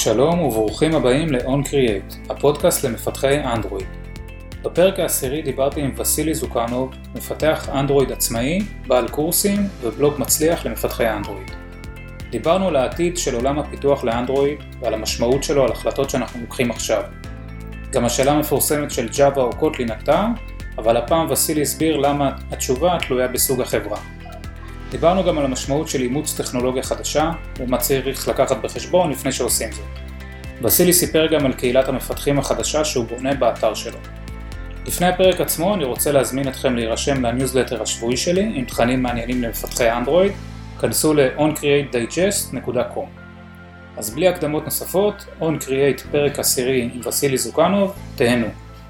שלום וברוכים הבאים ל-OnCreate, הפודקאסט למפתחי אנדרואיד. בפרק העשירי דיברתי עם וסילי זוקנוב, מפתח אנדרואיד עצמאי, בעל קורסים ובלוג מצליח למפתחי אנדרואיד. דיברנו על העתיד של עולם הפיתוח לאנדרואיד ועל המשמעות שלו על החלטות שאנחנו לוקחים עכשיו. גם השאלה המפורסמת של ג'אווה או קוטלין עלתה, אבל הפעם וסילי הסביר למה התשובה תלויה בסוג החברה. דיברנו גם על המשמעות של אימוץ טכנולוגיה חדשה ומה צריך לקחת בחשבון לפני שעושים זאת. וסילי סיפר גם על קהילת המפתחים החדשה שהוא בונה באתר שלו. לפני הפרק עצמו אני רוצה להזמין אתכם להירשם לניוזלטר השבועי שלי עם תכנים מעניינים למפתחי אנדרואיד. כנסו ל-oncreatedigest.com. אז בלי הקדמות נוספות, OnCreate פרק עשירי עם וסילי זוקנוב, תהנו.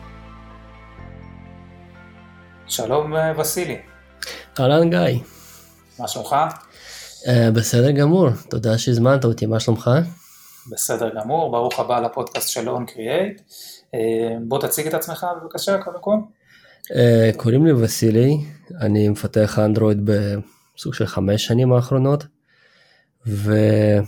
שלום וסילי. אהלן גיא. מה שלומך? בסדר גמור, תודה שהזמנת אותי, מה שלומך? בסדר גמור, ברוך הבא לפודקאסט של OnCreate. בוא תציג את עצמך בבקשה קודם כל. קוראים לי וסילי, אני מפתח אנדרואיד בסוג של 5 שנים האחרונות, ואיך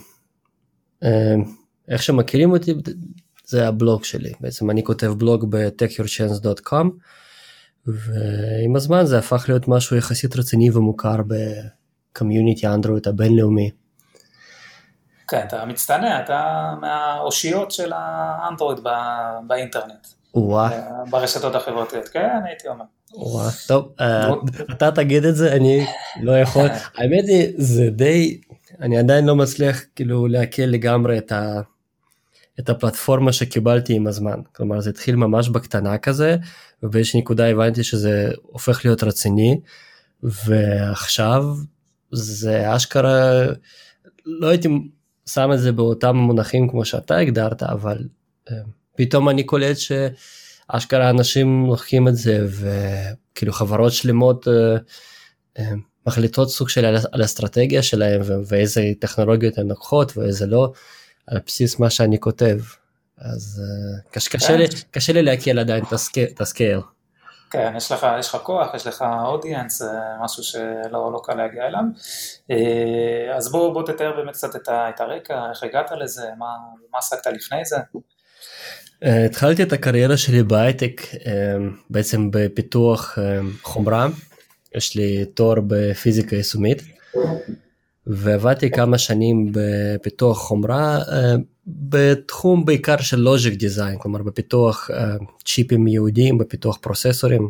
שמכירים אותי זה הבלוג שלי, בעצם אני כותב בלוג ב-techyourchance.com, ועם הזמן זה הפך להיות משהו יחסית רציני ומוכר בקומיוניטי האנדרואיד הבינלאומי. כן, אתה מצטנע, אתה מהאושיות של האנדרואיד באינטרנט. ברשתות החברתיות, כן, הייתי אומר. וואו, טוב, אתה תגיד את זה, אני לא יכול. האמת היא, זה די, אני עדיין לא מצליח כאילו להקל לגמרי את הפלטפורמה שקיבלתי עם הזמן. כלומר, זה התחיל ממש בקטנה כזה, ובאיזושהי נקודה הבנתי שזה הופך להיות רציני, ועכשיו זה אשכרה, לא הייתי שם את זה באותם מונחים כמו שאתה הגדרת, אבל פתאום אני קולט שאשכרה אנשים לוקחים את זה, וכאילו חברות שלמות מחליטות סוג של על האסטרטגיה שלהם, ואיזה טכנולוגיות הן לוקחות ואיזה לא, על בסיס מה שאני כותב. אז קשה לי להקל עדיין את הסקייל. כן, יש לך כוח, יש לך אודיאנס, משהו שלא קל להגיע אליו. אז בוא תתאר באמת קצת את הרקע, איך הגעת לזה, מה עסקת לפני זה? התחלתי את הקריירה שלי בהייטק, בעצם בפיתוח חומרה, יש לי תואר בפיזיקה יישומית, ועבדתי כמה שנים בפיתוח חומרה, בתחום בעיקר של לוג'יק דיזיין, כלומר בפיתוח צ'יפים יהודיים, בפיתוח פרוססורים,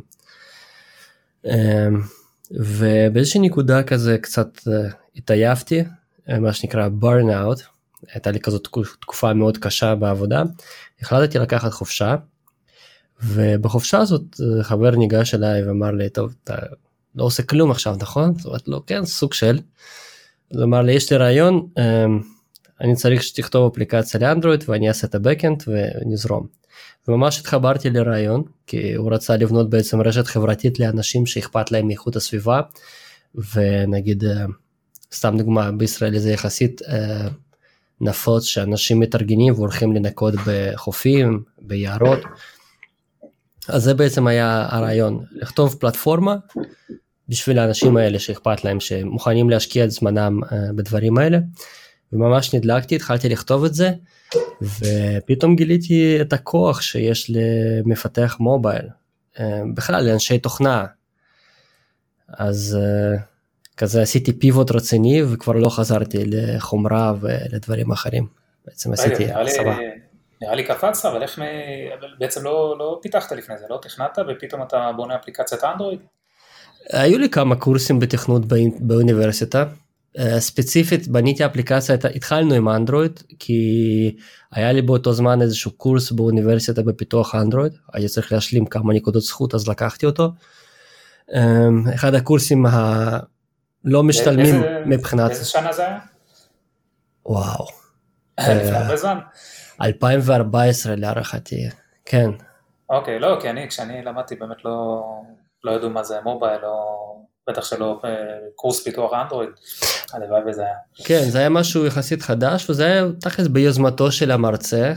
ובאיזושהי נקודה כזה קצת התעייפתי, מה שנקרא burnout, הייתה לי כזאת תקופה מאוד קשה בעבודה, החלטתי לקחת חופשה, ובחופשה הזאת חבר ניגש אליי ואמר לי, טוב, אתה לא עושה כלום עכשיו, נכון? זאת אומרת, לא, כן, סוג של, אז אמר לי, יש לי רעיון, אני צריך שתכתוב אפליקציה לאנדרואיד, ואני אעשה את הבקאנד ונזרום. וממש התחברתי לרעיון, כי הוא רצה לבנות בעצם רשת חברתית לאנשים שאכפת להם מאיכות הסביבה, ונגיד, סתם דוגמה, בישראל זה יחסית נפוץ, שאנשים מתארגנים והולכים לנקות בחופים, ביערות, אז זה בעצם היה הרעיון, לכתוב פלטפורמה, בשביל האנשים האלה שאכפת להם, שמוכנים להשקיע את זמנם בדברים האלה, וממש נדלקתי, התחלתי לכתוב את זה, ופתאום גיליתי את הכוח שיש למפתח מובייל, בכלל לאנשי תוכנה, אז כזה עשיתי פיבוט רציני, וכבר לא חזרתי לחומרה ולדברים אחרים, בעצם עשיתי הסבה. נראה לי קפצת, אבל איך בעצם לא פיתחת לפני זה, לא תכנת, ופתאום אתה בונה אפליקציית אנדרואיד? היו לי כמה קורסים בתכנות באוניברסיטה, ספציפית בניתי אפליקציה, התחלנו עם אנדרואיד, כי היה לי באותו זמן איזשהו קורס באוניברסיטה בפיתוח אנדרואיד, הייתי צריך להשלים כמה נקודות זכות, אז לקחתי אותו. אחד הקורסים הלא משתלמים מבחינת... איזה שנה זה היה? וואו. לפני הרבה זמן? 2014 להערכתי, כן. אוקיי, לא, כי כשאני למדתי באמת לא ידעו מה זה מובייל, או בטח שלא קורס פיתוח אנדרואיד, הלוואי וזה היה. כן, זה היה משהו יחסית חדש, וזה היה תכלס ביוזמתו של המרצה,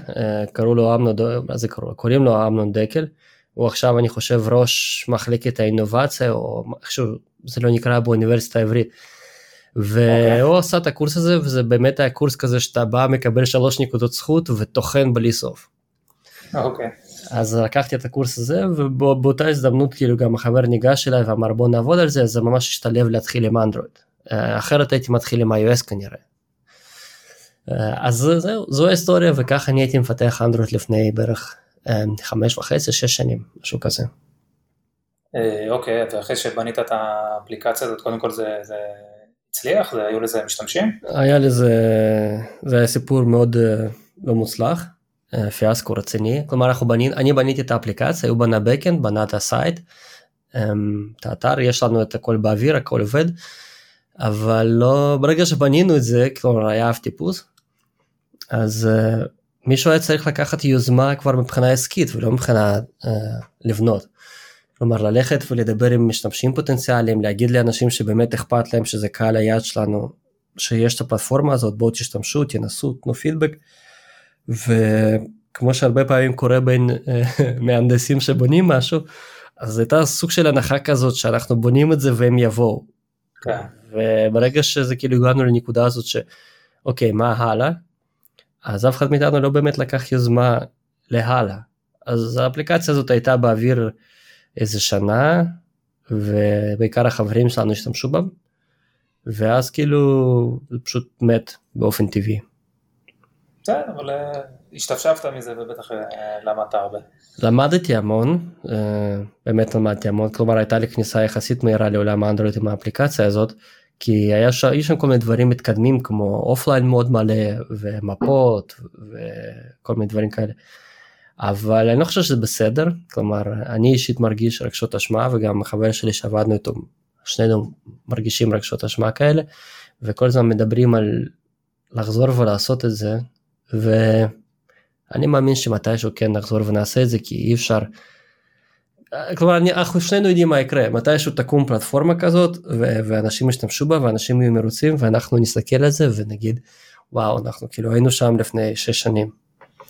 קוראים לו אמנון דקל, הוא עכשיו אני חושב ראש מחלקת האינובציה, או איכשהו זה לא נקרא באוניברסיטה העברית, והוא עשה את הקורס הזה, וזה באמת היה קורס כזה שאתה בא, מקבל 3 נקודות זכות, וטוחן בלי סוף. אוקיי. אז לקחתי את הקורס הזה, ובאותה הזדמנות כאילו גם החבר ניגש אליי, ואמר בוא נעבוד על זה, אז זה ממש השתלב להתחיל עם אנדרואיד. אחרת הייתי מתחיל עם iOS כנראה. אז זו ההיסטוריה, וכך אני הייתי מפתח אנדרואיד לפני בערך 5.5-6 שנים, משהו כזה. אוקיי, ואחרי שבנית את האפליקציה הזאת, קודם כל זה הצליח? היו לזה משתמשים? היה לזה, זה היה סיפור מאוד לא מוצלח, פיאסקו רציני, כלומר אני בניתי את האפליקציה, הוא בנה בקאנד, בנה את הסייט, את האתר, יש לנו את הכל באוויר, הכל עובד, אבל לא, ברגע שבנינו את זה, כלומר היה אף טיפוס, אז מישהו היה צריך לקחת יוזמה כבר מבחינה עסקית, ולא מבחינה לבנות. כלומר, ללכת ולדבר עם משתמשים פוטנציאליים, להגיד לאנשים שבאמת אכפת להם שזה קהל היעד שלנו, שיש את הפלטפורמה הזאת, בואו תשתמשו, תנסו, תנו פידבק, וכמו שהרבה פעמים קורה בין מהנדסים שבונים משהו, אז הייתה סוג של הנחה כזאת, שאנחנו בונים את זה והם יבואו. כן. וברגע שזה כאילו הגענו לנקודה הזאת אוקיי, מה הלאה? אז אף אחד מאיתנו לא באמת לקח יוזמה להלאה. אז האפליקציה הזאת הייתה באוויר איזה שנה, ובעיקר החברים שלנו השתמשו בה, ואז כאילו זה פשוט מת באופן טבעי. כן, אבל השתפשפת מזה ובטח למדת הרבה. למדתי המון, באמת למדתי המון, כלומר הייתה לי כניסה יחסית מהירה לעולם האנדרואיד עם האפליקציה הזאת, כי היה שם כל מיני דברים מתקדמים כמו אופליין מאוד מלא ומפות וכל מיני דברים כאלה. אבל אני לא חושב שזה בסדר, כלומר אני אישית מרגיש רגשות אשמה וגם החבר שלי שעבדנו איתו, שנינו מרגישים רגשות אשמה כאלה, וכל הזמן מדברים על לחזור ולעשות את זה, ואני מאמין שמתישהו כן נחזור ונעשה את זה, כי אי אפשר, כלומר אנחנו שנינו יודעים מה יקרה, מתישהו תקום פלטפורמה כזאת, ואנשים ישתמשו בה, ואנשים יהיו מרוצים, ואנחנו נסתכל על זה ונגיד, וואו, אנחנו כאילו היינו שם לפני 6 שנים.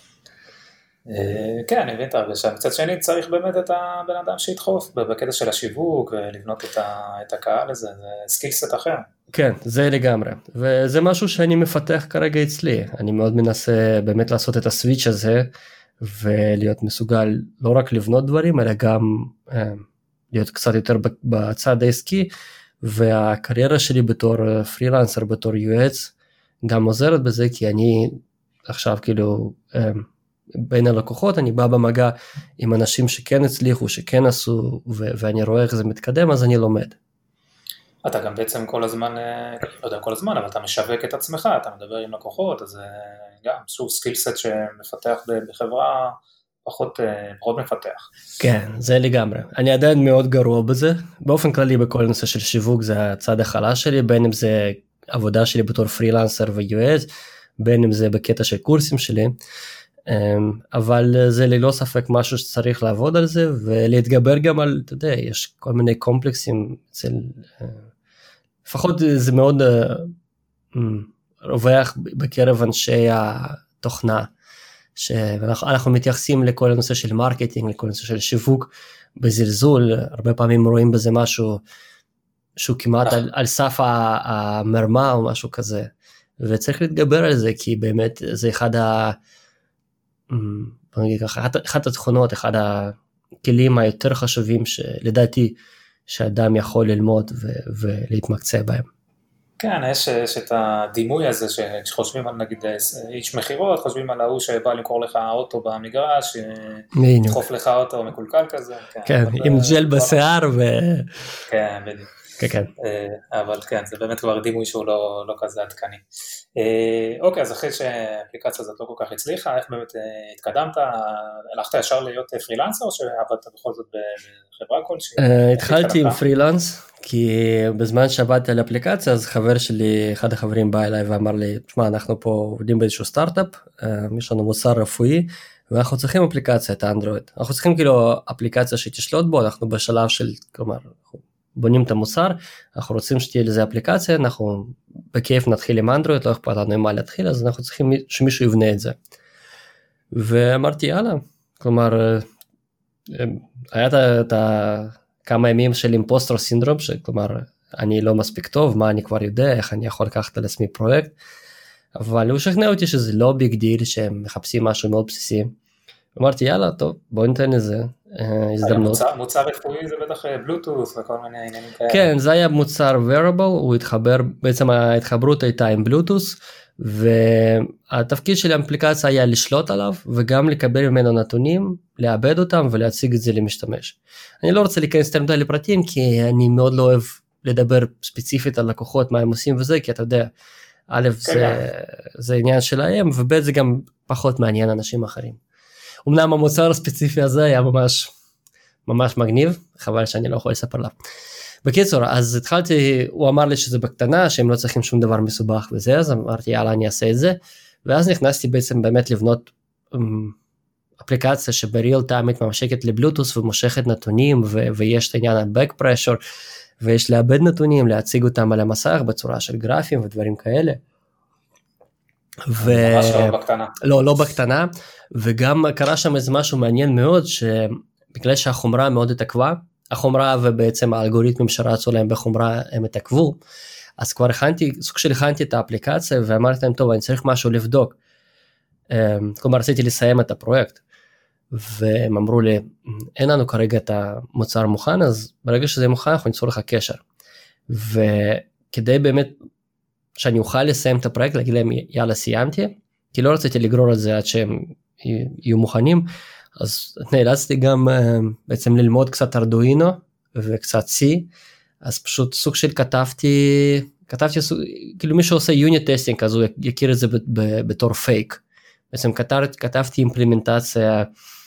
כן, אני מבין את ההרגשה. מצד שני צריך באמת את הבן אדם שידחוף בקטע של השיווק ולבנות את הקהל הזה, זה סקילסט אחר. כן, זה לגמרי, וזה משהו שאני מפתח כרגע אצלי, אני מאוד מנסה באמת לעשות את הסוויץ' הזה, ולהיות מסוגל לא רק לבנות דברים, אלא גם להיות קצת יותר בצד העסקי, והקריירה שלי בתור פרילנסר, בתור יועץ, גם עוזרת בזה, כי אני עכשיו כאילו בין הלקוחות, אני בא במגע עם אנשים שכן הצליחו, שכן עשו, ואני רואה איך זה מתקדם, אז אני לומד. אתה גם בעצם כל הזמן, לא יודע כל הזמן, אבל אתה משווק את עצמך, אתה מדבר עם לקוחות, אז גם סוג סקילסט שמפתח בחברה פחות מפתח. כן, זה לגמרי. אני עדיין מאוד גרוע בזה, באופן כללי בכל נושא של שיווק זה הצד החלש שלי, בין אם זה עבודה שלי בתור פרילנסר ויועץ, בין אם זה בקטע של קורסים שלי, אבל זה ללא ספק משהו שצריך לעבוד על זה, ולהתגבר גם על, אתה יודע, יש כל מיני קומפלקסים אצל, לפחות זה מאוד רווח בקרב אנשי התוכנה, שאנחנו מתייחסים לכל הנושא של מרקטינג, לכל הנושא של שיווק בזלזול, הרבה פעמים רואים בזה משהו שהוא כמעט על סף המרמה או משהו כזה, וצריך להתגבר על זה, כי באמת זה אחת התכונות, אחד הכלים היותר חשובים שלדעתי שאדם יכול ללמוד ולהתמקצע בהם. כן, יש את הדימוי הזה שחושבים על נגיד איש מחירות, חושבים על ההוא שבא למכור לך אוטו במגרש, שדחוף לך אוטו מקולקל כזה. כן, עם ג'ל בשיער כן, בדיוק. כן. אבל כן, זה באמת כבר דימוי שהוא לא כזה עדכני. אוקיי, אז אחרי שהאפליקציה הזאת לא כל כך הצליחה, איך באמת התקדמת? הלכת ישר להיות פרילנסר או שעבדת בכל זאת בחברה כלשהי? התחלתי עם פרילנס, כי בזמן שעבדתי על אפליקציה, אז חבר שלי, אחד החברים בא אליי ואמר לי, תשמע, אנחנו פה עובדים באיזשהו סטארט-אפ, יש לנו מוצר רפואי, ואנחנו צריכים אפליקציה, את האנדרואיד. אנחנו צריכים כאילו אפליקציה שתשלוט בו, אנחנו בשלב של, כלומר, בונים את המוצר, אנחנו רוצים שתהיה לזה אפליקציה, אנחנו בכיף נתחיל עם אנדרואיד, לא אכפת לנו עם מה להתחיל, אז אנחנו צריכים שמישהו יבנה את זה. ואמרתי, יאללה, כלומר, היה את כמה ימים של אימפוסטר סינדרום, שכלומר, אני לא מספיק טוב, מה אני כבר יודע, איך אני יכול לקחת על עצמי פרויקט, אבל הוא שכנע אותי שזה לא ביג דיל, שהם מחפשים משהו מאוד בסיסי. אמרתי יאללה טוב בוא ניתן לזה הזדמנות. מוצר רפואי זה בטח בלוטות' וכל מיני עניינים כאלה. כן, זה היה מוצר wearable, הוא התחבר, בעצם ההתחברות הייתה עם בלוטות' והתפקיד של האפליקציה היה לשלוט עליו וגם לקבל ממנו נתונים, לעבד אותם ולהציג את זה למשתמש. אני לא רוצה להיכנס יותר מדי לפרטים כי אני מאוד לא אוהב לדבר ספציפית על לקוחות מה הם עושים וזה, כי אתה יודע, א' זה עניין שלהם וב' זה גם פחות מעניין אנשים אחרים. אמנם המוצר הספציפי הזה היה ממש מגניב, חבל שאני לא יכול לספר לה. בקיצור, אז התחלתי, הוא אמר לי שזה בקטנה, שהם לא צריכים שום דבר מסובך וזה, אז אמרתי יאללה אני אעשה את זה, ואז נכנסתי בעצם באמת לבנות אפליקציה שבריל טיים מתממשקת לבלוטוס ומושכת נתונים, ויש את העניין ה-back pressure, ויש לאבד נתונים, להציג אותם על המסך בצורה של גרפים ודברים כאלה. ממש לא בקטנה. לא בקטנה, וגם קרה שם איזה משהו מעניין מאוד, שבגלל שהחומרה מאוד התעכבה, החומרה ובעצם האלגוריתמים שרצו להם בחומרה הם התעכבו, אז כבר הכנתי את האפליקציה, ואמרתי להם טוב אני צריך משהו לבדוק, כלומר רציתי לסיים את הפרויקט, והם אמרו לי אין לנו כרגע את המוצר מוכן, אז ברגע שזה מוכן אנחנו ניצור לך קשר, וכדי באמת שאני אוכל לסיים את הפרויקט, להגיד להם יאללה סיימתי, כי לא רציתי לגרור את זה עד שהם יהיו מוכנים, אז נאלצתי גם בעצם ללמוד קצת ארדואינו וקצת C, אז פשוט סוג של כתבתי כאילו מי שעושה יוניט טסטינג אז הוא יכיר את זה בתור פייק, בעצם כתבתי אימפלימנטציה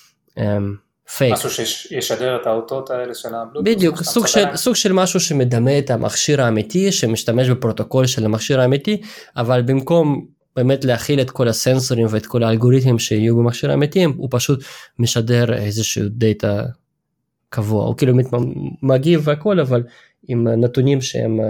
פייק. משהו שישדר את האותות האלה של הבלוטות'. בדיוק, סוג של משהו שמדמה את המכשיר האמיתי, שמשתמש בפרוטוקול של המכשיר האמיתי, אבל במקום באמת להכיל את כל הסנסורים ואת כל האלגוריתמים שיהיו במכשיר האמיתי, הוא פשוט משדר איזשהו דאטה קבוע, הוא כאילו מגיב והכל, אבל עם נתונים שהם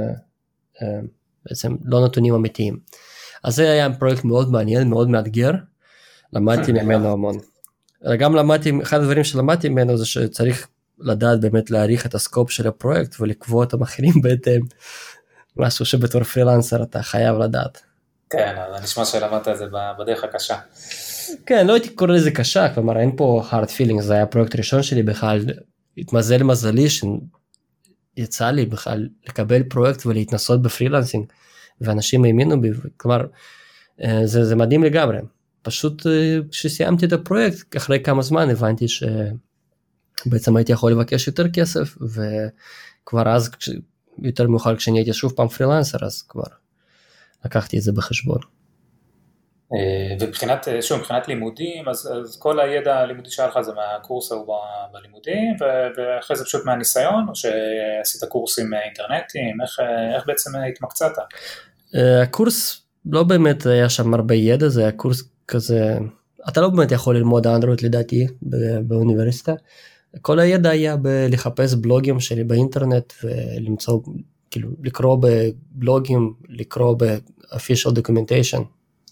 בעצם לא נתונים אמיתיים. אז זה היה פרויקט מאוד מעניין, מאוד מאתגר, למדתי ממנו המון. גם למדתי, אחד הדברים שלמדתי ממנו זה שצריך לדעת באמת להעריך את הסקופ של הפרויקט ולקבוע את המחירים בהתאם, משהו שבתור פרילנסר אתה חייב לדעת. כן, אז נשמע שלמדת את זה בדרך הקשה. כן, לא הייתי קורא לזה קשה, כלומר אין פה hard feelings, זה היה הפרויקט הראשון שלי בכלל, התמזל מזלי שיצא לי בכלל לקבל פרויקט ולהתנסות בפרילנסינג, ואנשים האמינו בי, כלומר זה מדהים לגמרי. פשוט כשסיימתי את הפרויקט, אחרי כמה זמן הבנתי שבעצם הייתי יכול לבקש יותר כסף, וכבר אז יותר מאוחר כשאני הייתי שוב פעם פרילנסר, אז כבר לקחתי את זה בחשבון. ומבחינת לימודים, אז כל הידע הלימודי שלך זה מהקורס ההוא בלימודים, ואחרי זה פשוט מהניסיון, או שעשית קורסים אינטרנטיים, איך בעצם התמקצעת? הקורס לא באמת היה שם הרבה ידע, זה היה קורס כזה, אתה לא באמת יכול ללמוד אנדרואיד לדעתי באוניברסיטה, כל הידע היה בלחפש בלוגים שלי באינטרנט, ולמצוא, כאילו לקרוא בבלוגים, לקרוא ב-official documentation.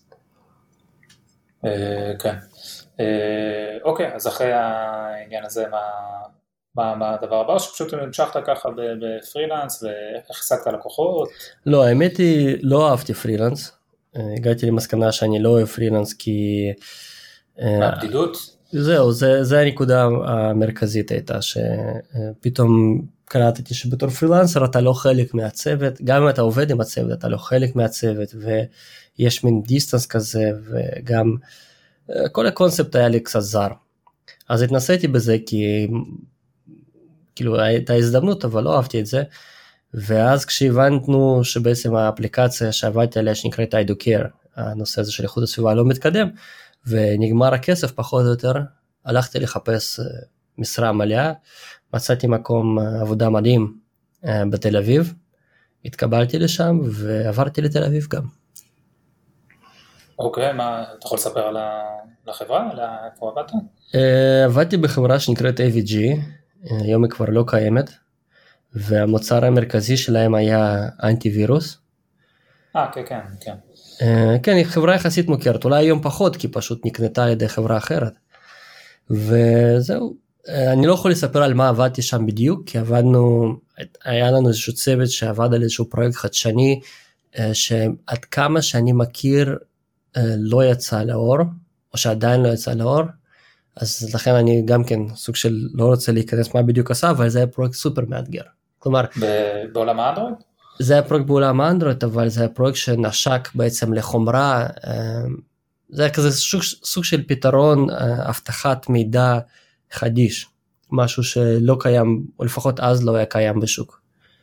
כן. אוקיי, אז אחרי העניין הזה, מה הדבר הבא, שפשוט המשכת ככה בפרילנס, ואיך השגת לקוחות? לא, האמת היא, לא אהבתי פרילנס, הגעתי למסקנה שאני לא אוהב פרילנס, כי מהבדידות? זהו, זה הנקודה המרכזית הייתה, שפתאום קלטתי שבתור פרילנסר אתה לא חלק מהצוות, גם אם אתה עובד עם הצוות, אתה לא חלק מהצוות, ויש מין דיסטנס כזה, וגם כל הקונספט היה לי קצת זר. אז התנסיתי בזה, כי כאילו הייתה הזדמנות, אבל לא אהבתי את זה, ואז כשהבננו שבעצם האפליקציה שעבדתי עליה, שנקראת iDoCare, הנושא הזה של איכות הסביבה לא מתקדם, ונגמר הכסף פחות או יותר, הלכתי לחפש משרה מלאה, מצאתי מקום עבודה מדהים בתל אביב, התקבלתי לשם ועברתי לתל אביב גם. אוקיי, מה אתה יכול לספר על החברה, על איפה עבדת? עבדתי בחברה שנקראת AVG, היום היא כבר לא קיימת, והמוצר המרכזי שלהם היה אנטי-וירוס. כן. כן, היא חברה יחסית מוכרת, אולי היום פחות, כי פשוט נקנתה על ידי חברה אחרת. וזהו, אני לא יכול לספר על מה עבדתי שם בדיוק, כי היה לנו איזשהו צוות שעבד על איזשהו פרויקט חדשני, שעד כמה שאני מכיר לא יצא לאור, או שעדיין לא יצא לאור, אז לכן אני גם כן סוג של לא רוצה להיכנס מה בדיוק עשה, אבל זה היה פרויקט סופר מאתגר. כלומר, בעולם האנדרואיד? זה היה פרויקט בעולם האנדרואיד, אבל זה היה פרויקט שנשק בעצם לחומרה, זה היה כזה סוג של פתרון הבטחת מידע חדיש, משהו שלא קיים, או לפחות אז לא היה קיים בשוק.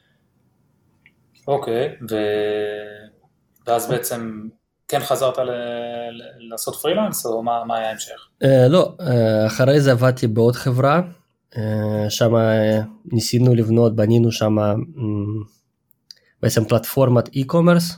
אוקיי, ואז בעצם כן חזרת לעשות פרילנס, או מה היה המשך? לא, אחרי זה עבדתי בעוד חברה, שם ניסינו לבנות, בנינו שם בעצם פלטפורמת e-commerce,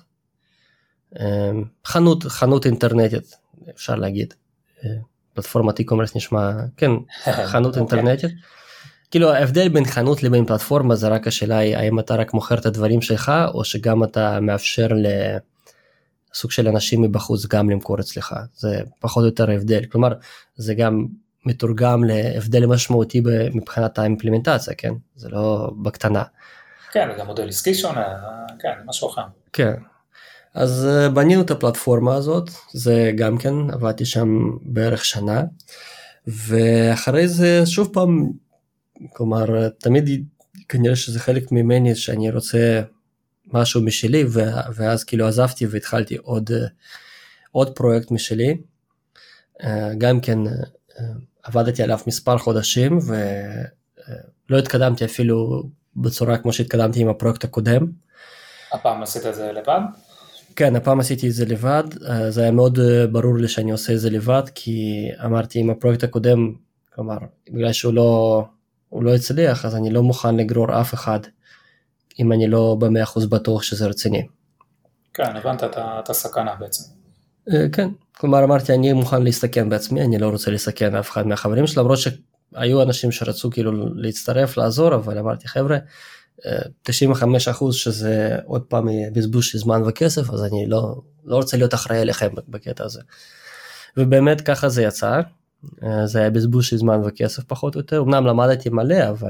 חנות אינטרנטית, אפשר להגיד, פלטפורמת e-commerce נשמע, כן, חנות אינטרנטית. כאילו ההבדל בין חנות לבין פלטפורמה זה רק השאלה היא, האם אתה רק מוכר את הדברים שלך, או שגם אתה מאפשר לסוג של אנשים מבחוץ גם למכור אצלך, זה פחות או יותר ההבדל, כלומר זה גם מתורגם להבדל משמעותי מבחינת האימפלמנטציה, כן, זה לא בקטנה. כן, גם מודל עסקי שונה, כן, משהו אחר. כן, אז בנינו את הפלטפורמה הזאת, זה גם כן, עבדתי שם בערך שנה, ואחרי זה שוב פעם, כלומר, תמיד כנראה שזה חלק ממני שאני רוצה משהו משלי, ואז כאילו עזבתי והתחלתי עוד פרויקט משלי, גם כן עבדתי עליו מספר חודשים, ולא התקדמתי אפילו בצורה כמו שהתקדמתי עם הפרויקט הקודם. הפעם עשית את זה לבד? כן, הפעם עשיתי את זה לבד, זה היה מאוד ברור לי שאני עושה את זה לבד, כי אמרתי עם הפרויקט הקודם, כלומר, בגלל שהוא לא הצליח, אז אני לא מוכן לגרור אף אחד, אם אני לא ב100% בטוח שזה רציני. כן, הבנת את הסכנה בעצם. כן, כלומר אמרתי, אני מוכן להסתכן בעצמי, אני לא רוצה להסתכן אף אחד מהחברים שלי, למרות שהיו אנשים שרצו כאילו להצטרף, לעזור, אבל אמרתי, חבר'ה, 95% שזה עוד פעם בזבוז של זמן וכסף, אז אני לא רוצה להיות אחראי אליכם בקטע הזה. ובאמת ככה זה יצא, זה היה בזבוז של זמן וכסף פחות או יותר, אמנם למדתי מלא, אבל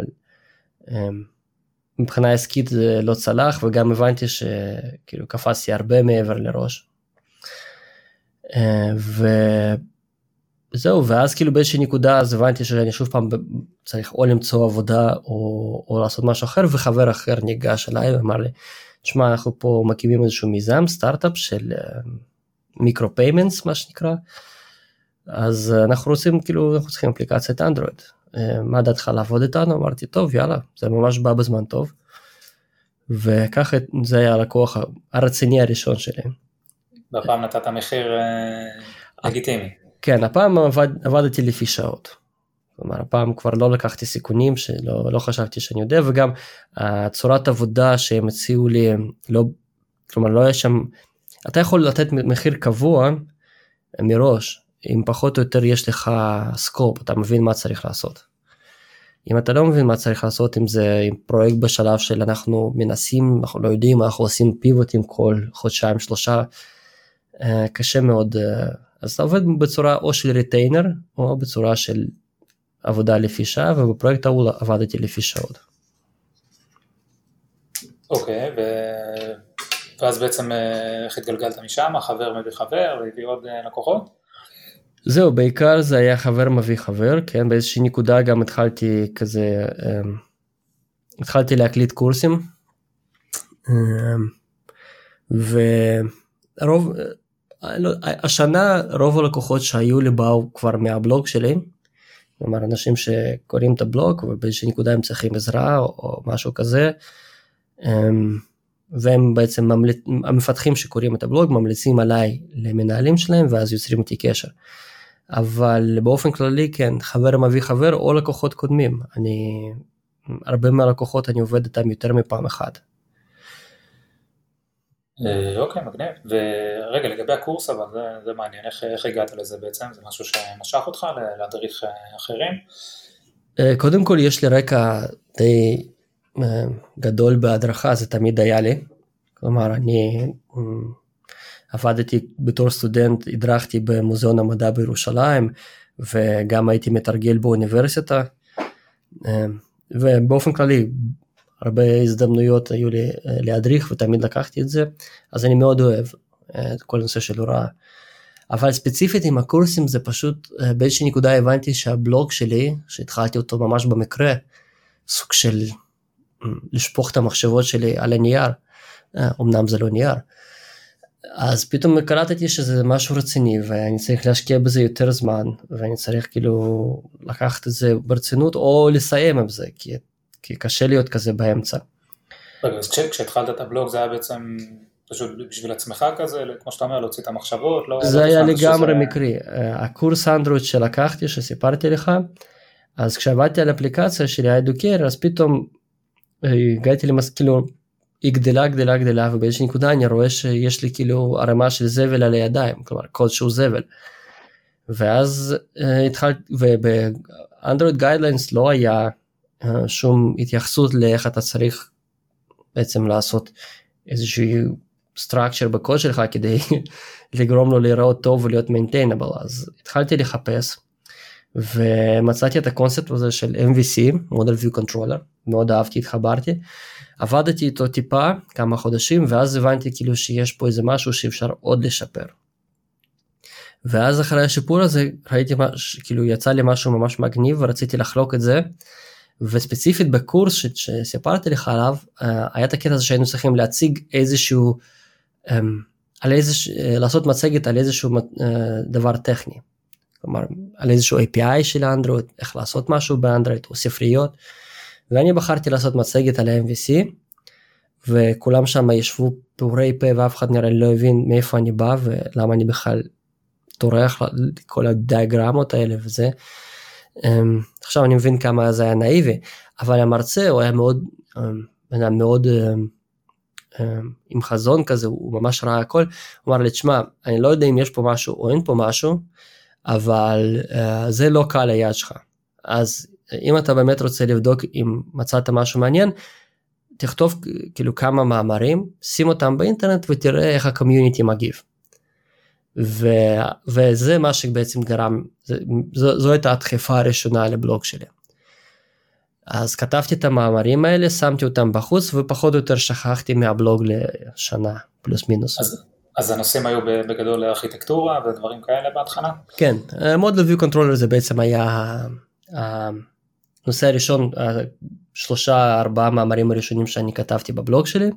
מבחינה עסקית זה לא צלח, וגם הבנתי שכאילו קפצתי הרבה מעבר לראש. וזהו, ואז כאילו באיזושהי נקודה אז הבנתי שאני שוב פעם צריך או למצוא עבודה או לעשות משהו אחר, וחבר אחר ניגש אליי ואמר לי, תשמע, אנחנו פה מקימים איזשהו מיזם, סטארט-אפ של מיקרו פיימנטס, מה שנקרא, אז אנחנו רוצים, כאילו, אנחנו צריכים אפליקציית אנדרואיד, מה דעתך לעבוד איתנו? אמרתי, טוב, יאללה, זה ממש בא בזמן טוב, וככה זה היה הלקוח הרציני הראשון שלי. והפעם נתת מחיר לגיטימי. כן, הפעם עבדתי לפי שעות, כלומר, הפעם כבר לא לקחתי סיכונים, שלא חשבתי שאני יודע, וגם צורת עבודה שהם הציעו לי, כלומר, לא היה שם, אתה יכול לתת מחיר קבוע מראש, אם פחות או יותר יש לך סקופ, אתה מבין מה צריך לעשות. אם אתה לא מבין מה צריך לעשות, אם זה פרויקט בשלב של אנחנו מנסים, אנחנו לא יודעים, אנחנו עושים פיבוטים כל חודשיים, 3, קשה מאוד, אז אתה עובד בצורה או של ריטיינר, או בצורה של עבודה לפי שעה, ובפרויקט ההוא עבדתי לפי שעות. אוקיי, ואז בעצם איך התגלגלת משם, חבר מביא חבר, והביא עוד לקוחות? זהו, בעיקר זה היה חבר מביא חבר, כן, באיזושהי נקודה גם התחלתי כזה, התחלתי להקליט קורסים, ורוב, השנה רוב הלקוחות שהיו לי באו כבר מהבלוג שלי, כלומר אנשים שקוראים את הבלוג ובאיזושהי נקודה הם צריכים עזרה או משהו כזה, והם בעצם המפתחים שקוראים את הבלוג ממליצים עליי למנהלים שלהם ואז יוצרים איתי קשר. אבל באופן כללי כן, חבר מביא חבר או לקוחות קודמים, הרבה מהלקוחות אני עובד איתם יותר מפעם אחת. אוקיי, מגניב. ורגע, לגבי הקורס, אבל זה מעניין, איך הגעת לזה בעצם? זה משהו שמשך אותך להדריך אחרים? קודם כל יש לי רקע די גדול בהדרכה, זה תמיד היה לי. כלומר, אני עבדתי בתור סטודנט, הדרכתי במוזיאון המדע בירושלים, וגם הייתי מתרגל באוניברסיטה, ובאופן כללי, הרבה הזדמנויות היו לי להדריך, ותמיד לקחתי את זה, אז אני מאוד אוהב את כל הנושא של הוראה. אבל ספציפית עם הקורסים זה פשוט, באיזושהי נקודה הבנתי שהבלוג שלי, שהתחלתי אותו ממש במקרה, סוג של לשפוך את המחשבות שלי על הנייר, אמנם זה לא נייר, אז פתאום קלטתי שזה משהו רציני, ואני צריך להשקיע בזה יותר זמן, ואני צריך כאילו לקחת את זה ברצינות, או לסיים עם זה, כי קשה להיות כזה באמצע. אז כשהתחלת את הבלוג זה היה בעצם פשוט בשביל עצמך כזה, כמו שאתה אומר, להוציא את המחשבות? זה היה לגמרי מקרי. הקורס אנדרואיד שלקחתי, שסיפרתי לך, אז כשעבדתי על אפליקציה שלי, האדוקר, אז פתאום הגעתי כאילו, היא גדלה, ובאיזושהי נקודה אני רואה שיש לי כאילו הרמה של זבל על הידיים, כלומר, קוד שהוא זבל. ואז התחלתי, ובאנדרואיד גיידליינס לא היה שום התייחסות לאיך אתה צריך בעצם לעשות איזשהו structure בקוד שלך כדי לגרום לו להיראות טוב ולהיות maintainable. אז התחלתי לחפש ומצאתי את הקונספט הזה של MVC, Model View Controller, מאוד אהבתי, התחברתי, עבדתי איתו טיפה כמה חודשים, ואז הבנתי כאילו שיש פה איזה משהו שאפשר עוד לשפר. ואז אחרי השיפור הזה ראיתי כאילו יצא לי משהו ממש מגניב ורציתי לחלוק את זה, וספציפית בקורס שסיפרתי לך עליו, היה את הקטע הזה שהיינו צריכים להציג איזשהו, לעשות מצגת על איזשהו דבר טכני, כלומר על איזשהו API של אנדרואיד, איך לעשות משהו באנדרואיד או ספריות, ואני בחרתי לעשות מצגת על ה-MVC, וכולם שם ישבו פעורי פה, ואף אחד נראה לא הבין מאיפה אני בא, ולמה אני בכלל טורח כל הדיאגרמות האלה וזה. עכשיו אני מבין כמה זה היה נאיבי, אבל המרצה הוא היה מאוד עם חזון כזה, הוא ממש ראה הכל, הוא אמר לי, תשמע, אני לא יודע אם יש פה משהו או אין פה משהו, אבל זה לא קל היד שלך. אז אם אתה באמת רוצה לבדוק אם מצאת משהו מעניין, תכתוב כאילו כמה מאמרים, שים אותם באינטרנט ותראה איך הקומיוניטי מגיב. וזה מה שבעצם גרם, זו הייתה הדחיפה הראשונה לבלוג שלי. אז כתבתי את המאמרים האלה, שמתי אותם בחוץ, ופחות או יותר שכחתי מהבלוג לשנה, פלוס מינוס. אז הנושאים היו בגדול לארכיטקטורה ודברים כאלה בהתחלה? כן, Model View Controller זה בעצם היה הנושא הראשון, 3-4 מאמרים הראשונים שאני כתבתי בבלוג שלי,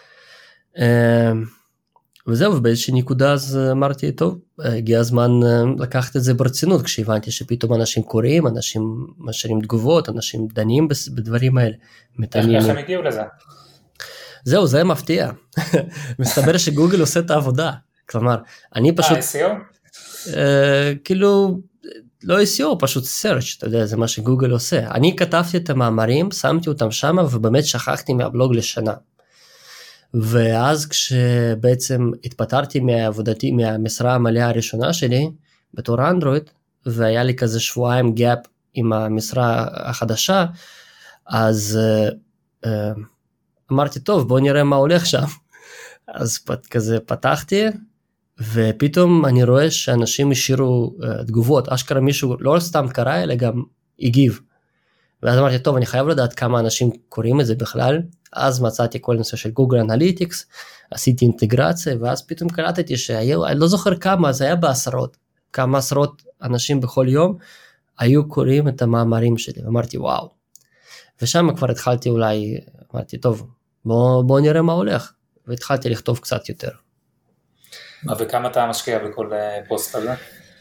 וזהו, ובאיזושהי נקודה אז אמרתי, טוב, הגיע הזמן לקחת את זה ברצינות, כשהבנתי שפתאום אנשים קוראים, אנשים משאירים תגובות, אנשים דנים בדברים האלה. איך הם הגיעו לזה? זהו, זה מפתיע. מסתבר שגוגל עושה את העבודה. כלומר, אני פשוט... SEO? כאילו, לא SEO, פשוט search, אתה יודע, זה מה שגוגל עושה. אני כתבתי את המאמרים, שמתי אותם שם, ובאמת שכחתי מהבלוג לשנה. ואז כשבעצם התפטרתי מעבודתי, מהמשרה המלאה הראשונה שלי, בתור אנדרואיד, והיה לי כזה שבועיים גאפ עם המשרה החדשה, אז אמרתי, טוב, בוא נראה מה הולך שם. אז כזה פתחתי, ופתאום אני רואה שאנשים השאירו תגובות, אשכרה מישהו לא סתם קרא, אלא גם הגיב. ואז אמרתי, טוב, אני חייב לדעת כמה אנשים קוראים את זה בכלל, אז מצאתי כל נושא של גוגל אנליטיקס, עשיתי אינטגרציה, ואז פתאום קלטתי שהיו, אני לא זוכר כמה, זה היה בעשרות, כמה עשרות אנשים בכל יום, היו קוראים את המאמרים שלי, ואמרתי, וואו. ושם כבר התחלתי אולי, אמרתי, טוב, בוא נראה מה הולך, והתחלתי לכתוב קצת יותר. וכמה אתה משקיע בכל פוסט הזה?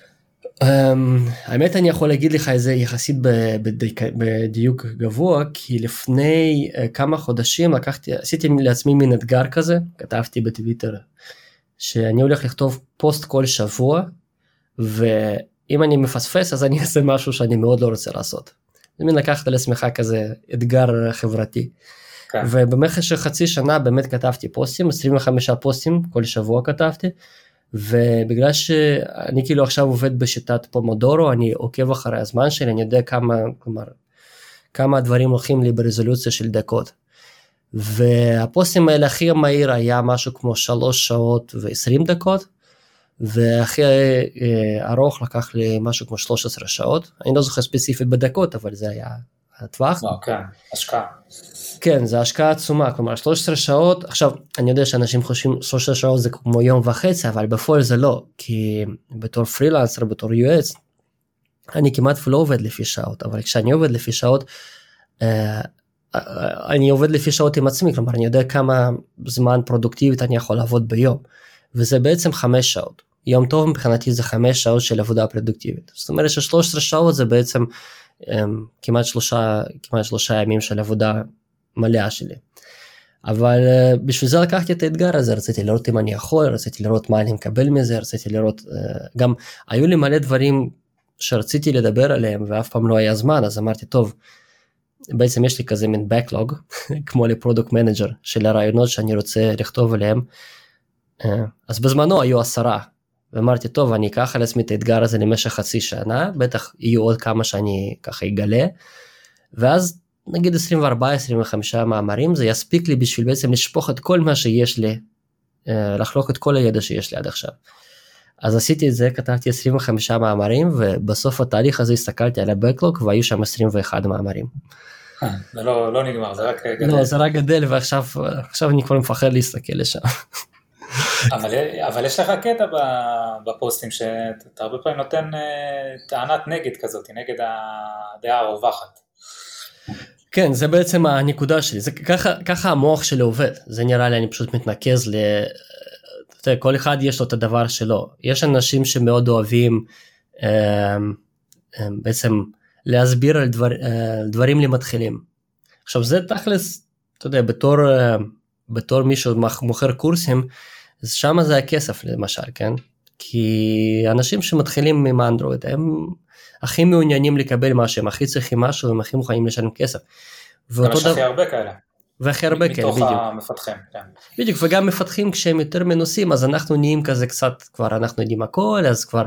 האמת אני יכול להגיד לך איזה יחסית בדיוק גבוה, כי לפני כמה חודשים עשיתי לעצמי מין אתגר כזה, כתבתי בטוויטר, שאני הולך לכתוב פוסט כל שבוע, ואם אני מפספס אז אני אעשה משהו שאני מאוד לא רוצה לעשות. זה מין לקחת על עצמך כזה אתגר חברתי. כן. ובמשך חצי שנה באמת כתבתי פוסטים, 25 פוסטים כל שבוע כתבתי, ובגלל שאני כאילו עכשיו עובד בשיטת פומודורו, אני עוקב אחרי הזמן שלי, אני יודע כמה הדברים הולכים לי ברזולוציה של דקות. והפוסטים האלה הכי מהיר היה משהו כמו 3 שעות ו20 דקות, והכי ארוך לקח לי משהו כמו 13 שעות, אני לא זוכר ספציפית בדקות, אבל זה היה הטווח. כן, השקעה. כן, זה השקעה עצומה, כלומר 13 שעות, עכשיו אני יודע שאנשים חושבים 13 שעות זה כמו יום וחצי, אבל בפועל זה לא, כי בתור פרילנסר, בתור יועץ, אני כמעט לא עובד לפי שעות, אבל כשאני עובד לפי שעות, אני עובד לפי שעות עם עצמי, כלומר אני יודע כמה זמן פרודוקטיבית אני יכול לעבוד ביום, וזה בעצם 5 שעות. יום טוב מבחינתי זה 5 שעות של עבודה פרודוקטיבית. זאת אומרת ש13 שעות זה בעצם כמעט 3 ימים של עבודה מלאה שלי. אבל בשביל זה לקחתי את האתגר הזה, רציתי לראות אם אני יכול, רציתי לראות מה אני מקבל מזה, רציתי לראות, גם היו לי מלא דברים שרציתי לדבר עליהם ואף פעם לא היה זמן, אז אמרתי טוב, בעצם יש לי כזה מין backlog, כמו לפרודוקט מנג'ר, של הרעיונות שאני רוצה לכתוב עליהם, אז בזמנו היו 10, ואמרתי טוב, אני אקח על עצמי את האתגר הזה למשך חצי שנה, בטח יהיו עוד כמה שאני ככה אגלה, ואז נגיד 24-25 מאמרים, זה יספיק לי בשביל בעצם לשפוך את כל מה שיש לי, לחלוק את כל הידע שיש לי עד עכשיו. אז עשיתי את זה, כתבתי 25 מאמרים, ובסוף התהליך הזה הסתכלתי על הבקלוג, והיו שם 21 מאמרים. זה לא נגמר, זה רק גדל. לא, זה רק גדל, ועכשיו אני כבר מפחד להסתכל לשם. אבל יש לך קטע בפוסטים, שאתה הרבה פעמים נותן טענת נגד כזאת, נגד הדעה הרווחת. כן, זה בעצם הנקודה שלי, ככה המוח שלי עובד, זה נראה לי, אני פשוט מתנקז כל אחד יש לו את הדבר שלו, יש אנשים שמאוד אוהבים בעצם להסביר על דברים למתחילים, עכשיו זה תכלס, אתה יודע, בתור מישהו מוכר קורסים, אז שם זה הכסף למשל, כן, כי אנשים שמתחילים עם אנדרואיד, הם הכי מעוניינים לקבל משהו, הם הכי צריכים משהו, הם הכי מוכנים לשלם כסף. יש הכי הרבה כאלה. והכי הרבה כאלה, בדיוק. מתוך המפתחים, כן. בדיוק, וגם מפתחים כשהם יותר מנוסים, אז אנחנו נהיים כזה קצת, כבר אנחנו יודעים הכל, אז כבר,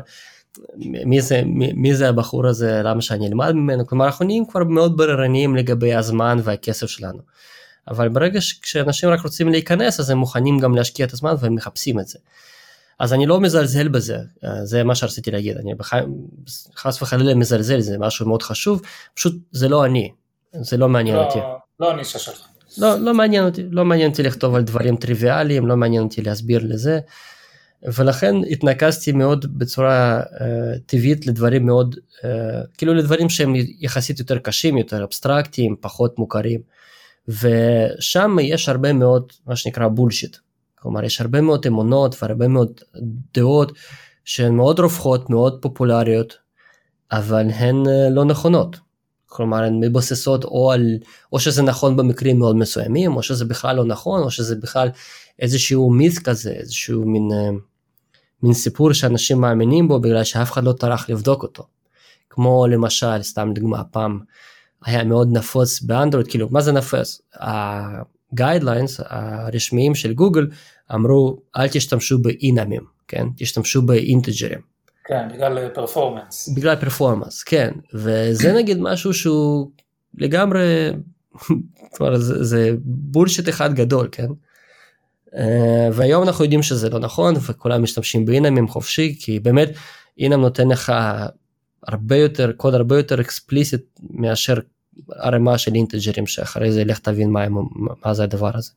מי זה הבחור הזה, למה שאני אלמד ממנו, כלומר אנחנו נהיים כבר מאוד בררניים לגבי הזמן והכסף שלנו. אבל ברגע כשאנשים רק רוצים להיכנס, אז הם מוכנים גם להשקיע את הזמן, והם מחפשים את זה. אז אני לא מזלזל בזה, זה מה שרציתי להגיד, אני חס וחלילה מזלזל, זה משהו מאוד חשוב, פשוט זה לא אני, זה לא מעניין אותי. לא הנישה שלך. לא מעניין אותי לכתוב על דברים טריוויאליים, לא מעניין אותי להסביר לזה, ולכן התנקזתי מאוד בצורה טבעית לדברים מאוד, כאילו לדברים שהם יחסית יותר קשים, יותר אבסטרקטיים, פחות מוכרים, ושם יש הרבה מאוד מה שנקרא בולשיט, כלומר יש הרבה מאוד אמונות והרבה מאוד דעות שהן מאוד רווחות, מאוד פופולריות, אבל הן לא נכונות, כלומר הן מבוססות או שזה נכון במקרים מאוד מסוימים, או שזה בכלל לא נכון, או שזה בכלל איזשהו מית' כזה, איזשהו מין סיפור שאנשים מאמינים בו, בגלל שאף אחד לא טרח לבדוק אותו, כמו למשל, סתם דוגמה, פעם היה מאוד נפוץ באנדרואיד, כאילו מה זה נפוץ? הגיידליינס הרשמיים של גוגל אמרו אל תשתמשו באינאמים, כן? תשתמשו באינטג'רים. כן, בגלל פרפורמנס. בגלל פרפורמנס, כן. וזה נגיד משהו שהוא לגמרי, זה בולשיט אחד גדול, כן? והיום אנחנו יודעים שזה לא נכון, וכולם משתמשים באינאמים חופשי, כי באמת אינאם נותן לך קוד הרבה יותר אקספליסיט מאשר הרמה של אינטג'רים, שאחרי זה לך תבין מה זה הדבר הזה.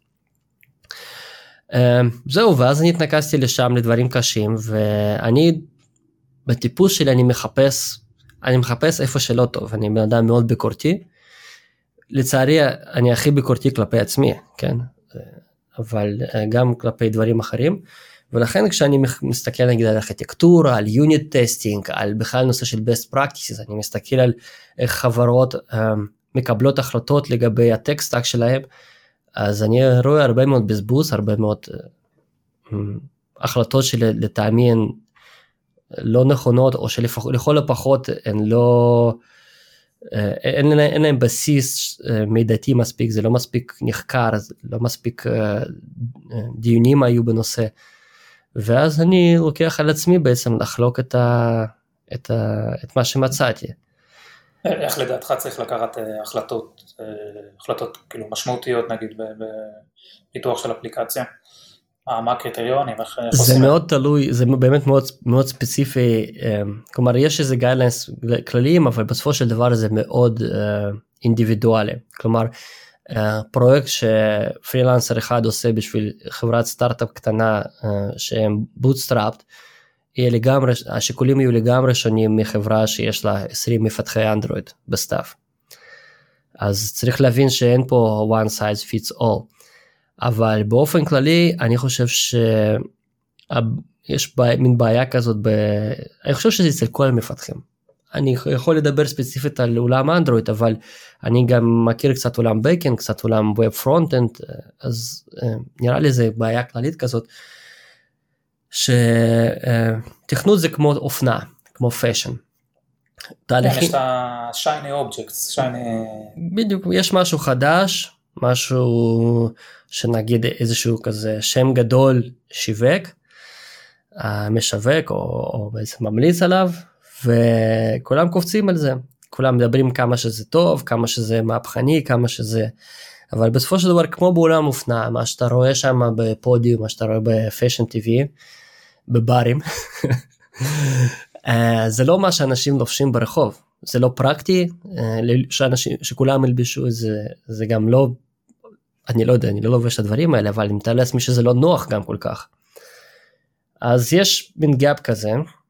זהו, ואז אני התנקזתי לשם לדברים קשים, ואני בטיפוס שלי אני מחפש איפה שלא טוב, אני בן אדם מאוד ביקורתי, לצערי אני הכי ביקורתי כלפי עצמי, כן, אבל גם כלפי דברים אחרים, ולכן כשאני מסתכל נגיד על ארכיטקטורה, על יוניט טסטינג, על בכלל נושא של best practices, אני מסתכל על איך חברות מקבלות החלטות לגבי הטקסט-סטאק שלהם, אז אני רואה הרבה מאוד בזבוז, הרבה מאוד החלטות שלטעמי הן לא נכונות, או שלכל הפחות הן לא, אין להם בסיס מידתי מספיק, זה לא מספיק נחקר, לא מספיק דיונים היו בנושא, ואז אני לוקח על עצמי בעצם לחלוק את מה שמצאתי. איך לדעתך צריך לקחת החלטות כאילו משמעותיות נגיד בפיתוח של אפליקציה? מה הקריטריונים? זה מאוד תלוי, זה באמת מאוד, מאוד ספציפי, כלומר יש איזה גיידליינס כלליים, אבל בסופו של דבר זה מאוד אינדיבידואלי, כלומר פרויקט שפרילנסר אחד עושה בשביל חברת סטארט-אפ קטנה שהם בוטסטראפט, השיקולים יהיו לגמרי שונים מחברה שיש לה 20 מפתחי אנדרואיד בסטאפ. אז צריך להבין שאין פה one size fits all, אבל באופן כללי אני חושב שיש מין בעיה כזאת, אני חושב שזה אצל כל המפתחים. אני יכול לדבר ספציפית על עולם אנדרואיד, אבל אני גם מכיר קצת עולם בקאנד, קצת עולם ווב פרונט-אנד, אז נראה לי זה בעיה כללית כזאת, שתכנות זה כמו אופנה, כמו פשן. יש את ה-shiny objects, בדיוק, יש משהו חדש, משהו שנגיד איזשהו כזה שם גדול שיווק, משווק או בעצם ממליץ עליו, וכולם קופצים על זה, כולם מדברים כמה שזה טוב, כמה שזה מהפכני, כמה שזה, אבל בסופו של דבר כמו בעולם אופנה, מה שאתה רואה שם בפודיום, מה שאתה רואה בפשן טבעי, בברים, זה לא מה שאנשים לובשים ברחוב, זה לא פרקטי, שכולם ילבשו, זה גם לא, אני לא יודע, אני לא לובש את הדברים האלה, אבל אני מתאר לעצמי שזה לא נוח גם כל כך. אז יש מין גאפ כזה,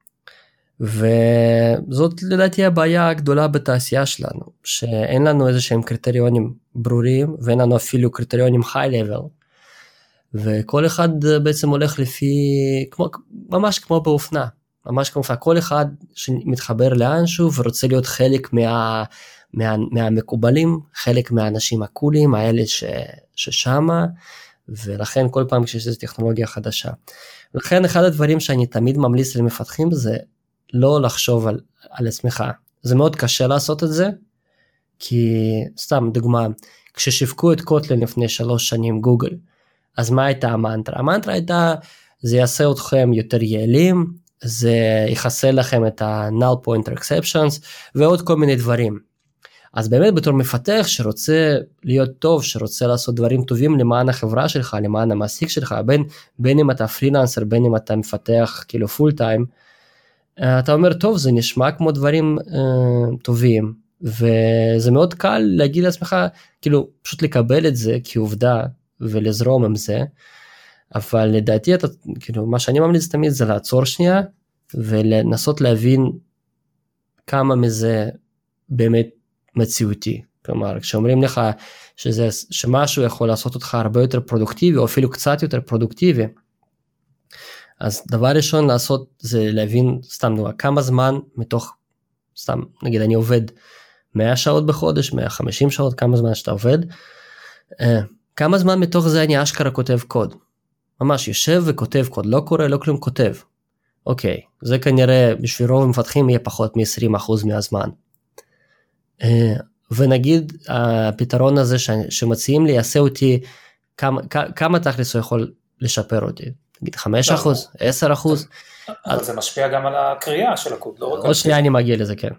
וזאת לדעתי הבעיה הגדולה בתעשייה שלנו, שאין לנו איזה שהם קריטריונים ברורים, ואין לנו אפילו קריטריונים high level, וכל אחד בעצם הולך לפי, ממש כמו באופנה, ממש כמו כל אחד שמתחבר לאנשהו ורוצה להיות חלק מהמקובלים, חלק מהאנשים הקולים, האלה ששמה, ולכן כל פעם כשיש איזו טכנולוגיה חדשה. לכן אחד הדברים שאני תמיד ממליץ למפתחים זה לא לחשוב על עצמך. זה מאוד קשה לעשות את זה, כי סתם דוגמה, כששיווקו את קוטלין לפני 3 שנים גוגל, אז מה הייתה המנטרה? המנטרה הייתה, זה יעשה אתכם יותר יעילים, זה יחסל לכם את ה-null pointer exceptions, ועוד כל מיני דברים. אז באמת בתור מפתח שרוצה להיות טוב, שרוצה לעשות דברים טובים למען החברה שלך, למען המעסיק שלך, בין אם אתה פרילנסר, בין אם אתה מפתח כאילו פול טיים, אתה אומר טוב, זה נשמע כמו דברים טובים, וזה מאוד קל להגיד לעצמך, כאילו פשוט לקבל את זה כעובדה, ולזרום עם זה, אבל לדעתי כאילו, מה שאני ממליץ תמיד זה לעצור שנייה, ולנסות להבין כמה מזה באמת מציאותי. כלומר, כשאומרים לך שמשהו יכול לעשות אותך הרבה יותר פרודוקטיבי, או אפילו קצת יותר פרודוקטיבי, אז דבר ראשון לעשות זה להבין, סתם נורא, כמה זמן מתוך, סתם נגיד אני עובד 100 שעות בחודש, 150 שעות, כמה זמן שאתה עובד, כמה זמן מתוך זה אני אשכרה כותב קוד. ממש יושב וכותב קוד, לא קורא, לא כלום כותב. אוקיי, זה כנראה בשביל רוב המפתחים יהיה פחות מ-20% מהזמן. ונגיד הפתרון הזה שמציעים לי יעשה אותי, כמה תכלס הוא יכול לשפר אותי? נגיד 5%, 10%? אבל זה משפיע גם על הקריאה של הקוד, לא רק... עוד שנייה אני מגיע לזה, כן.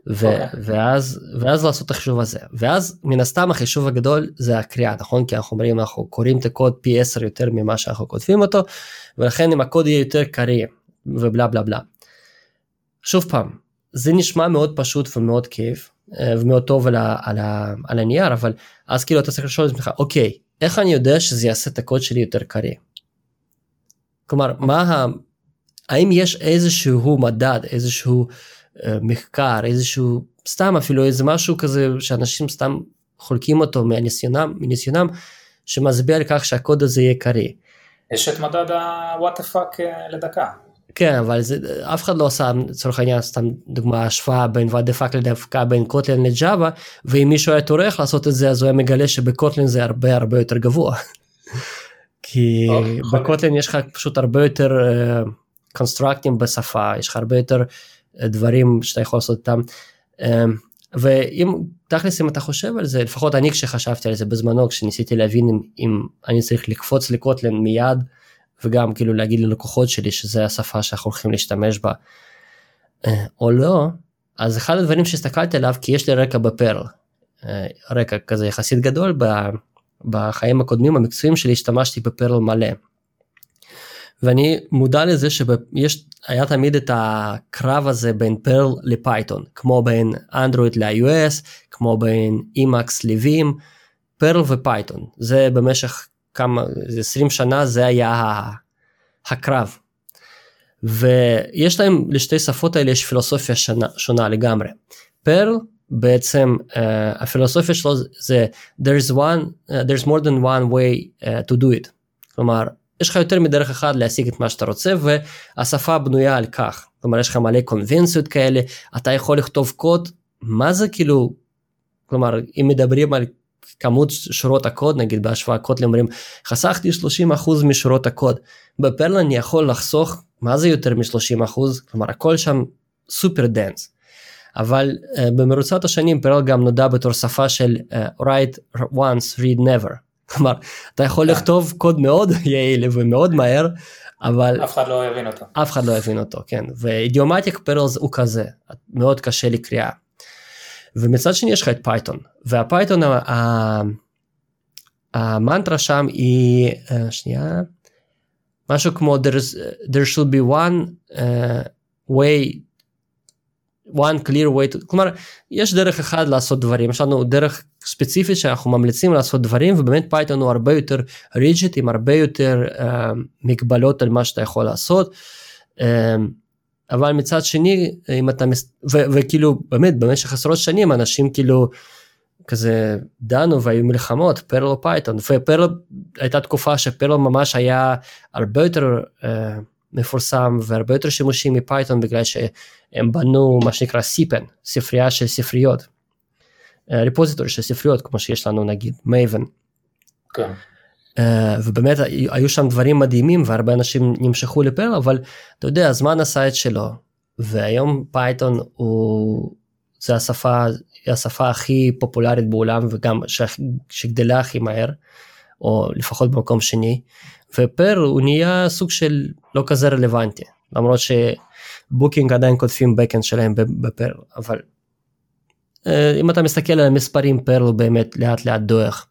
ואז לעשות את החישוב הזה, ואז מן הסתם החישוב הגדול זה הקריאה, נכון? כי אנחנו אומרים, אנחנו קוראים את הקוד פי 10 יותר ממה שאנחנו כותבים אותו, ולכן אם הקוד יהיה יותר קריא, ובלה בלה בלה. שוב פעם, זה נשמע מאוד פשוט ומאוד כיף, ומאוד טוב על הנייר, אבל אז כאילו אתה צריך לשאול את עצמך, אוקיי, איך אני יודע שזה יעשה את הקוד שלי יותר קריא? כלומר, האם יש איזשהו מדד, איזשהו מחקר, איזשהו, סתם אפילו איזה משהו כזה, שאנשים סתם חולקים אותו מניסיונם, שמסביר על כך שהקוד הזה יהיה קריא. יש את מדד ה-what the fuck לדקה. כן, אבל אף אחד לא עושה, לצורך העניין, סתם דוגמה, השוואה בין what the fuck לדקה, בין קוטלין לג'אווה, ואם מישהו היה טורח לעשות את זה, אז הוא היה מגלה שבקוטלין זה הרבה הרבה יותר גבוה. כי בקוטלין יש לך פשוט הרבה יותר קונסטרקטים בשפה, יש לך הרבה יותר דברים שאתה יכול לעשות אותם, ואם תכלס אם אתה חושב על זה, לפחות אני כשחשבתי על זה בזמנו, כשניסיתי להבין אם אני צריך לקפוץ לקוטלין מיד, וגם כאילו להגיד ללקוחות שלי שזה השפה שאנחנו הולכים להשתמש בה, או לא, אז אחד הדברים שהסתכלתי עליו, כי יש לי רקע בפרל, רקע כזה יחסית גדול, בחיים הקודמים המקצועיים שלי השתמשתי בפרל מלא, ואני מודע לזה שהיה תמיד את הקרב הזה בין פרל לפייתון, כמו בין אנדרואיד ל-iOS, כמו בין אימקס לווים, פרל ופייתון, זה במשך 20 שנה זה היה הקרב, ויש להם לשתי שפות האלה יש פילוסופיה שונה לגמרי. פרל בעצם הפילוסופיה שלו זה there's more than one way to do it, כלומר יש לך יותר מדרך אחד להשיג את מה שאתה רוצה, והשפה בנויה על כך, כלומר יש לך מלא קונבנציות כאלה, אתה יכול לכתוב קוד, מה זה כאילו, כלומר אם מדברים על כמות שורות הקוד, נגיד בהשוואה קוד אומרים, חסכתי 30% משורות הקוד, בפרל אני יכול לחסוך, מה זה יותר מ-30%, כלומר הכל שם סופר דנס, אבל במרוצת השנים פרל גם נודע בתור שפה של write once, read never, כלומר אתה יכול לכתוב קוד מאוד יעיל ומאוד מהר, אבל אף אחד לא יבין אותו. אף אחד לא יבין אותו, כן, ואידיומטיק פרל הוא כזה, מאוד קשה לקריאה, ומצד שני יש לך את פייתון, והפייתון המנטרה שם היא, שנייה, משהו כמו there should be one clear way to, כלומר יש דרך אחד לעשות דברים, יש לנו דרך ספציפית שאנחנו ממליצים לעשות דברים, ובאמת פייתון הוא הרבה יותר ריג'יט, עם הרבה יותר מגבלות על מה שאתה יכול לעשות, אבל מצד שני, אם אתה, וכאילו באמת במשך עשרות שנים אנשים כאילו כזה דנו והיו מלחמות, פרל או פייתון, ופרל הייתה תקופה שפרל ממש היה הרבה יותר מפורסם והרבה יותר שימושי מפייתון, בגלל שהם בנו מה שנקרא סיפן, ספרייה של ספריות, ריפוזיטורי של ספריות, כמו שיש לנו נגיד, מייבן. כן. ובאמת היו שם דברים מדהימים, והרבה אנשים נמשכו לפרל, אבל אתה יודע, הזמן עשה את שלו, והיום פייתון זה השפה הכי פופולרית בעולם, וגם שגדלה הכי מהר, או לפחות במקום שני, ופרל הוא נהיה סוג של לא כזה רלוונטי, למרות שבוקינג עדיין כותבים בקאנד שלהם בפרל, אבל אם אתה מסתכל על המספרים, פרל הוא באמת לאט לאט דועך.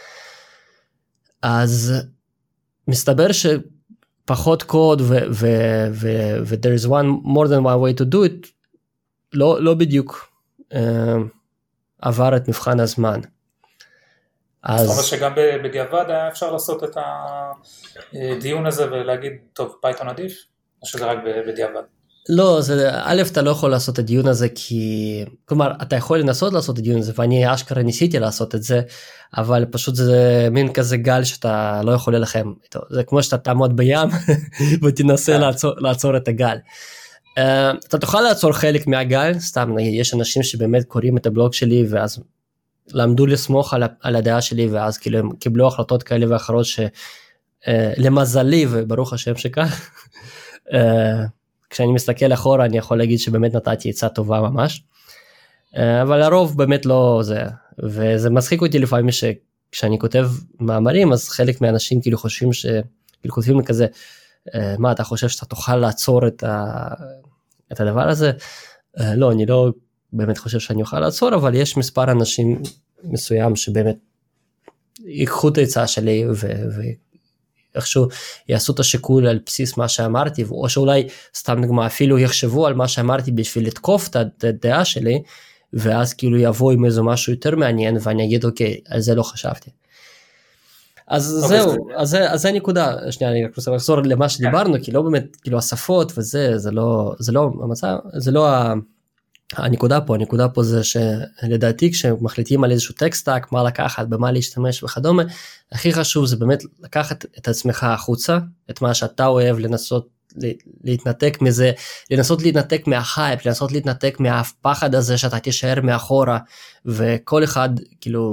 אז מסתבר שפחות קוד ו-there's more than one way to do it, לא בדיוק עבר את מבחן הזמן. זאת אומרת שגם בדיעבד היה אפשר לעשות את הדיון הזה ולהגיד, טוב, פייתון עדיף, או שזה רק בדיעבד? לא, א', אתה לא יכול לעשות את הדיון הזה, כי, כלומר, אתה יכול לנסות לעשות את הדיון הזה, ואני אשכרה ניסיתי לעשות את זה, אבל פשוט זה מין כזה גל שאתה לא יכול ללחם איתו, זה כמו שאתה תעמוד בים, ותנסה לעצור את הגל. אתה תוכל לעצור חלק מהגל, סתם, יש אנשים שבאמת קוראים את הבלוג שלי, ואז למדו לסמוך על הדעה שלי, ואז כאילו הם קיבלו החלטות כאלה ואחרות, שלמזלי, וברוך השם שכך, כשאני מסתכל אחורה, אני יכול להגיד שבאמת נתתי עצה טובה ממש, אבל הרוב באמת לא זה, וזה מצחיק אותי לפעמים כשאני כותב מאמרים, אז חלק מהאנשים כאילו חושבים כאילו כותבים לי כזה, מה אתה חושב שאתה תוכל לעצור את הדבר הזה? לא, אני לא באמת חושב שאני אוכל לעצור, אבל יש מספר אנשים מסוים שבאמת ייקחו את העצה שלי ואיכשהו יעשו את השיקול על בסיס מה שאמרתי, או שאולי סתם נגמר אפילו יחשבו על מה שאמרתי בשביל לתקוף את הדעה שלי, ואז כאילו יבוא עם איזה משהו יותר מעניין, ואני אגיד אוקיי, על זה לא חשבתי. אז זהו, אז זה נקודה, שנייה, אני רק רוצה לחזור למה שדיברנו, כי לא באמת, כאילו השפות וזה, זה לא המצב, זה לא הנקודה פה, הנקודה פה זה שלדעתי כשמחליטים על איזשהו טקסט-טאק, מה לקחת, במה להשתמש וכדומה, הכי חשוב זה באמת לקחת את עצמך החוצה, את מה שאתה אוהב, לנסות להתנתק מזה, לנסות להתנתק מהחייפ, לנסות להתנתק מהפחד הזה שאתה תישאר מאחורה, וכל אחד כאילו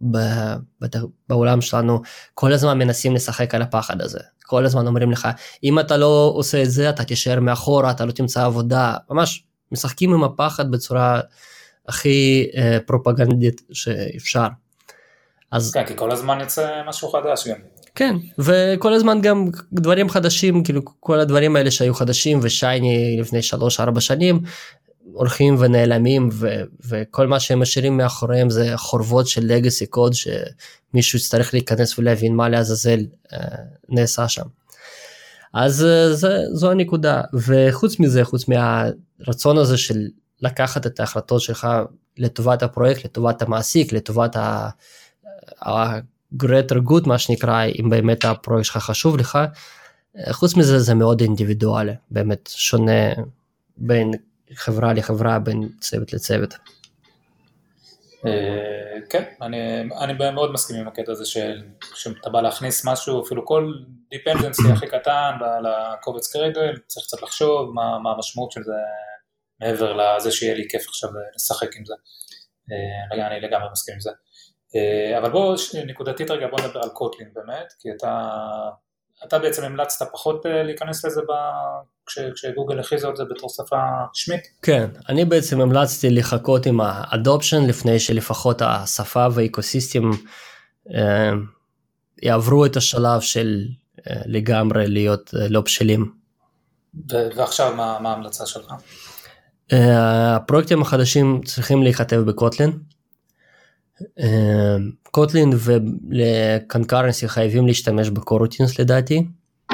בעולם שלנו, כל הזמן מנסים לשחק על הפחד הזה, כל הזמן אומרים לך, אם אתה לא עושה את זה, אתה תישאר מאחורה, אתה לא תמצא עבודה, ממש משחקים עם הפחד בצורה הכי פרופגנדית שאפשר. אז כן, כי כל הזמן יצא משהו חדש גם. כן, וכל הזמן גם דברים חדשים, כאילו כל הדברים האלה שהיו חדשים ושייני לפני 3-4 שנים, הולכים ונעלמים, וכל מה שהם משאירים מאחוריהם זה חורבות של לגאסי קוד, שמישהו יצטרך להיכנס ולהבין מה לעזאזל נעשה שם. אז זו הנקודה, וחוץ מזה, חוץ מהרצון הזה של לקחת את ההחלטות שלך לטובת הפרויקט, לטובת המעסיק, לטובת ה-greater good מה שנקרא, אם באמת הפרויקט שלך חשוב לך, חוץ מזה זה מאוד אינדיבידואלי, באמת שונה בין חברה לחברה, בין צוות לצוות. כן, אני מאוד מסכים עם הקטע הזה שאתה בא להכניס משהו, אפילו כל dependency הכי קטן לקובץ כרגע, צריך קצת לחשוב מה המשמעות של זה מעבר לזה שיהיה לי כיף עכשיו לשחק עם זה. אני לגמרי מסכים עם זה. אבל בוא נקודתית רגע, בוא נדבר על קוטלין באמת, כי אתה בעצם המלצת פחות להיכנס לזה כשגוגל הכריזה את זה בתור שפה שמית? כן, אני בעצם המלצתי לחכות עם האדופשן לפני שלפחות השפה והאקוסיסטם יעברו את השלב של לגמרי להיות לא בשלים. ועכשיו מה ההמלצה שלך? הפרויקטים החדשים צריכים להיכתב בקוטלין. קוטלין ולקונקרנסי חייבים להשתמש בקורוטינס לדעתי.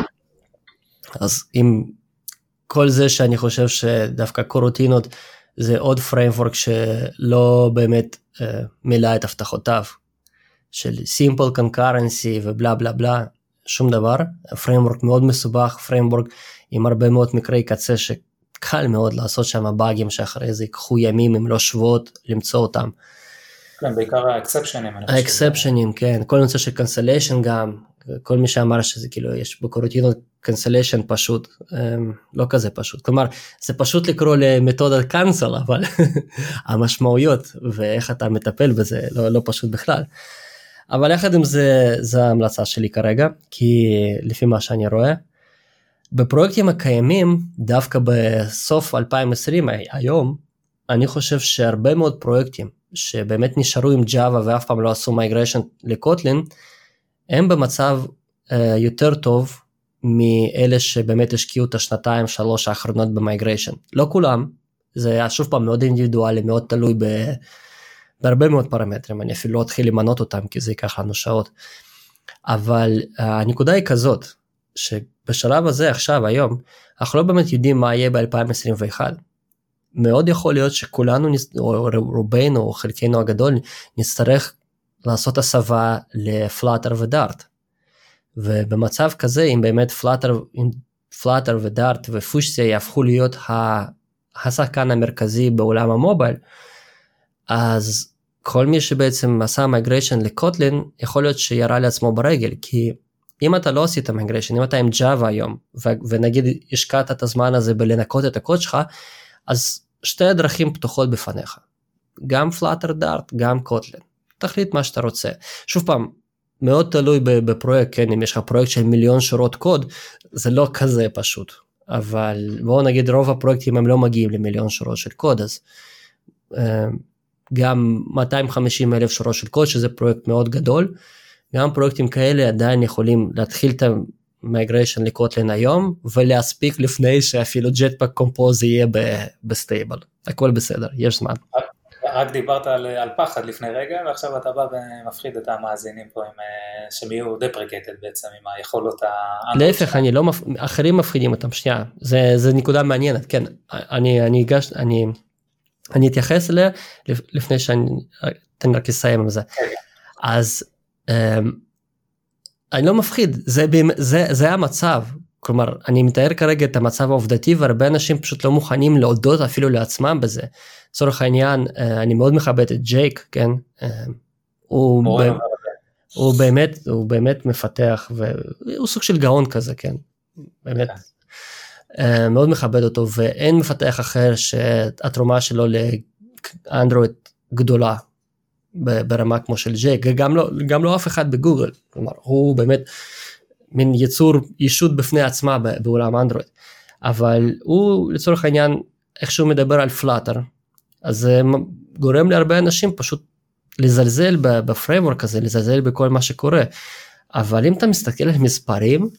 אז אם כל זה שאני חושב שדווקא קורוטינות זה עוד פריימוורק שלא באמת מילא את הבטחותיו של simple concurrency ובלה בלה בלה, שום דבר. פריימוורק מאוד מסובך, פריימוורק עם הרבה מאוד מקרי קצה שקל מאוד לעשות שם באגים שאחרי זה ייקחו ימים אם לא שבועות למצוא אותם. כן, בעיקר האקספשנים. האקספשנים, כן, כל נושא של קנסליישן גם, כל מי שאמר שזה כאילו יש בקורוטינות קנסליישן פשוט, לא כזה פשוט, כלומר זה פשוט לקרוא למתודת קאנסל, אבל המשמעויות ואיך אתה מטפל בזה לא פשוט בכלל. אבל יחד עם זה, זו ההמלצה שלי כרגע, כי לפי מה שאני רואה, בפרויקטים הקיימים, דווקא בסוף 2020 היום, אני חושב שהרבה מאוד פרויקטים, שבאמת נשארו עם ג'אווה ואף פעם לא עשו מייגריישן לקוטלין, הם במצב יותר טוב מאלה שבאמת השקיעו את השנתיים שלוש האחרונות במייגריישן. לא כולם, זה היה שוב פעם מאוד אינדיבידואלי, מאוד תלוי בהרבה מאוד פרמטרים, אני אפילו לא אתחיל למנות אותם כי זה ייקח לנו שעות. אבל הנקודה היא כזאת, שבשלב הזה עכשיו היום, אנחנו לא באמת יודעים מה יהיה ב-2021. מאוד יכול להיות שכולנו, או רובנו, או חלקנו הגדול, נצטרך לעשות הסבה לפלאטר ודארט. ובמצב כזה, אם באמת פלאטר ודארט ופושסיה יהפכו להיות השחקן המרכזי בעולם המובייל, אז כל מי שבעצם עשה מייגריישן לקוטלין, יכול להיות שירה לעצמו ברגל, כי אם אתה לא עשית מייגריישן, אם אתה עם ג'אווה היום, ונגיד השקעת את הזמן הזה בלנקות את הקוד שלך, אז שתי הדרכים פתוחות בפניך, גם פלאטר דארט, גם קוטלין, תחליט מה שאתה רוצה. שוב פעם, מאוד תלוי בפרויקט, כן, אם יש לך פרויקט של 1,000,000 שורות קוד, זה לא כזה פשוט, אבל בואו נגיד רוב הפרויקטים הם לא מגיעים ל1,000,000 שורות של קוד, אז גם 250,000 שורות של קוד, שזה פרויקט מאוד גדול, גם פרויקטים כאלה עדיין יכולים להתחיל את המייגריישן לקוטלין היום, ולהספיק לפני שאפילו ג'טפק קומפוז יהיה בסטייבל, הכל בסדר, יש זמן. רק דיברת על פחד לפני רגע, ועכשיו אתה בא ומפחיד את המאזינים פה, שהם יהיו דפריקטד בעצם, עם היכולות להפך, אחרים מפחידים אותם, שנייה, זה נקודה מעניינת, כן, אני אתייחס אליה, לפני שאני רק אסיים עם זה. אז אני לא מפחיד, זה המצב, כלומר, אני מתאר כרגע את המצב העובדתי, והרבה אנשים פשוט לא מוכנים להודות אפילו לעצמם בזה. לצורך העניין, אני מאוד מכבד את ג'ייק, כן? הוא באמת מפתח, והוא סוג של גאון כזה, כן? באמת. מאוד מכבד אותו, ואין מפתח אחר שהתרומה שלו לאנדרואיד גדולה, ברמה כמו של ג'ייק, גם לא אף אחד בגוגל, כלומר, הוא באמת מין ישות בפני עצמה בעולם אנדרואיד, אבל הוא לצורך העניין, איך שהוא מדבר על פלאטר, אז זה גורם להרבה אנשים פשוט לזלזל בפריימוורק הזה, לזלזל בכל מה שקורה, אבל אם אתה מסתכל על מספרים,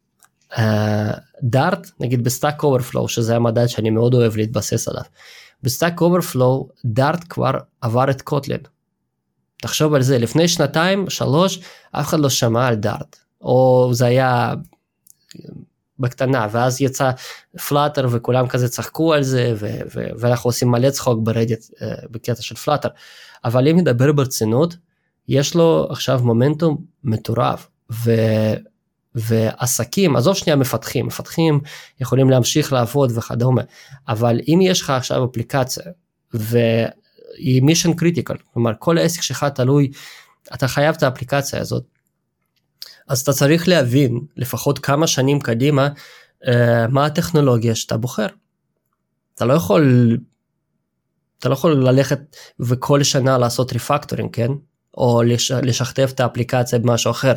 דארט, נגיד בסטאק אוברפלואו, שזה המדד שאני מאוד אוהב להתבסס עליו, בסטאק אוברפלואו, דארט כבר עבר את קוטלין, תחשוב על זה, לפני 2-3, אף אחד לא שמע על דארט, או זה היה בקטנה, ואז יצא פלאטר וכולם כזה צחקו על זה, ואנחנו עושים מלא צחוק ברדיט בקטע של פלאטר, אבל אם נדבר ברצינות, יש לו עכשיו מומנטום מטורף, ועסקים, עזוב שנייה מפתחים יכולים להמשיך לעבוד וכדומה, אבל אם יש לך עכשיו אפליקציה, והיא מישן קריטיקל, כלומר כל העסק שלך תלוי, אתה חייב את האפליקציה הזאת, אז אתה צריך להבין לפחות כמה שנים קדימה, מה הטכנולוגיה שאתה בוחר. אתה לא יכול ללכת וכל שנה לעשות ריפקטורינג, כן? או לשכתב את האפליקציה במשהו אחר.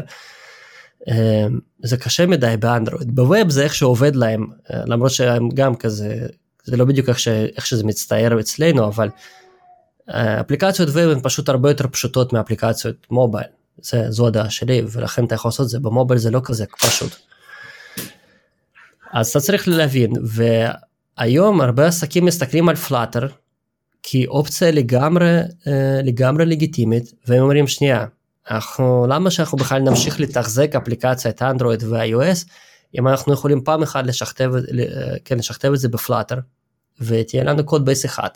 זה קשה מדי באנדרואיד. בווב זה איך שעובד להם, למרות שהם גם כזה, זה לא בדיוק איך שזה מצטייר אצלנו, אבל אפליקציות ווב הן פשוט הרבה יותר פשוטות מאפליקציות מובייל. זו הדעה שלי, ולכן אתה יכול לעשות זה במובייל, זה לא כזה פשוט. אז אתה צריך להבין, והיום הרבה עסקים מסתכלים על פלאטר, כי אופציה לגמרי לגיטימית, והם אומרים שנייה, למה שאנחנו בכלל נמשיך לתחזק אפליקציה את אנדרואיד וה-iOS, אם אנחנו יכולים פעם אחת לשכתב את זה בפלאטר, ותהיה לנו קוד בייס אחד.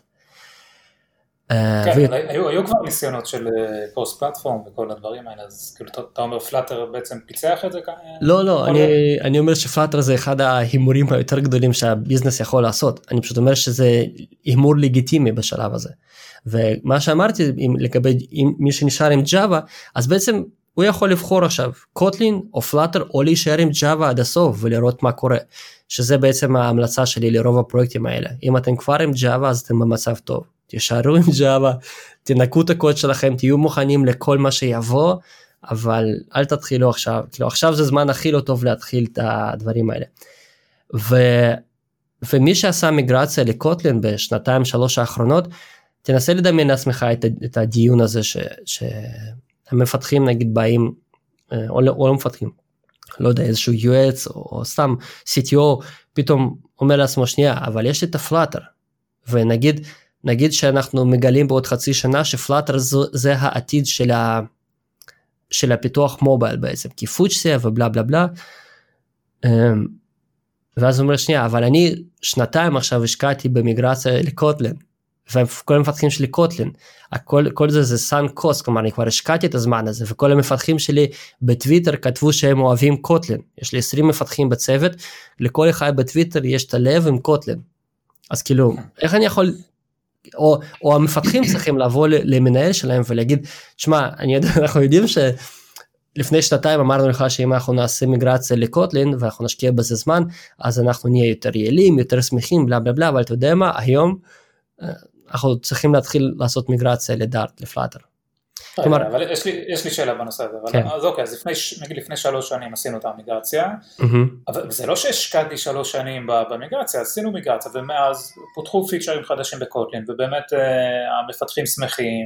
כן, היו כבר ניסיונות של פוסט פלטפורם וכל הדברים האלה, אז כאילו אתה אומר פלאטר בעצם פיצח את זה כאן? לא, אני אומר שפלאטר זה אחד ההימורים היותר גדולים שהביזנס יכול לעשות, אני פשוט אומר שזה הימור לגיטימי בשלב הזה, ומה שאמרתי לגבי מי שנשאר עם ג'אווה, אז בעצם הוא יכול לבחור עכשיו קוטלין או פלאטר, או להישאר עם ג'אווה עד הסוף ולראות מה קורה, שזה בעצם ההמלצה שלי לרוב הפרויקטים האלה, אם אתם כבר עם ג'אווה אז אתם במצב טוב, תישארו עם ג'אווה, תנקו את הקוד שלכם, תהיו מוכנים לכל מה שיבוא, אבל אל תתחילו עכשיו, כאילו עכשיו זה זמן הכי לא טוב להתחיל את הדברים האלה. ומי שעשה מיגרציה לקוטלין בשנתיים שלוש האחרונות, תנסה לדמיין לעצמך את הדיון הזה שהמפתחים נגיד באים, או לא מפתחים, לא יודע, איזשהו יועץ או סתם CTO, פתאום אומר לעצמו שנייה, אבל יש את הפלאטר, ונגיד שאנחנו מגלים בעוד חצי שנה שפלאטר זה העתיד של הפיתוח מובייל בעצם, כי פוצ'סיה ובלה בלה בלה, ואז הוא אומר שנייה, אבל אני שנתיים עכשיו השקעתי במיגרציה לקוטלין, וכל המפתחים שלי קוטלין, כל זה סאן קוסט, כלומר אני כבר השקעתי את הזמן הזה, וכל המפתחים שלי בטוויטר כתבו שהם אוהבים קוטלין, יש לי 20 מפתחים בצוות, לכל אחד בטוויטר יש את הלב עם קוטלין, אז כאילו, איך אני יכול, או המפתחים צריכים לבוא למנהל שלהם ולהגיד, תשמע, אנחנו יודעים שלפני שנתיים אמרנו לך שאם אנחנו נעשה מיגרציה לקוטלין, ואנחנו נשקיע בזה זמן, אז אנחנו נהיה יותר יעילים, יותר שמחים, בלה בלה בלה, אבל אתה יודע מה, היום אנחנו צריכים להתחיל לעשות מיגרציה לדארט, לפלאטר. אבל יש לי שאלה בנושא הזה, אז אוקיי, אז לפני 3 שנים עשינו את המיגרציה, אבל זה לא שהשקעתי 3 שנים במיגרציה, עשינו מיגרציה, ומאז פותחו פיצ'רים חדשים בקוטלין, ובאמת המפתחים שמחים,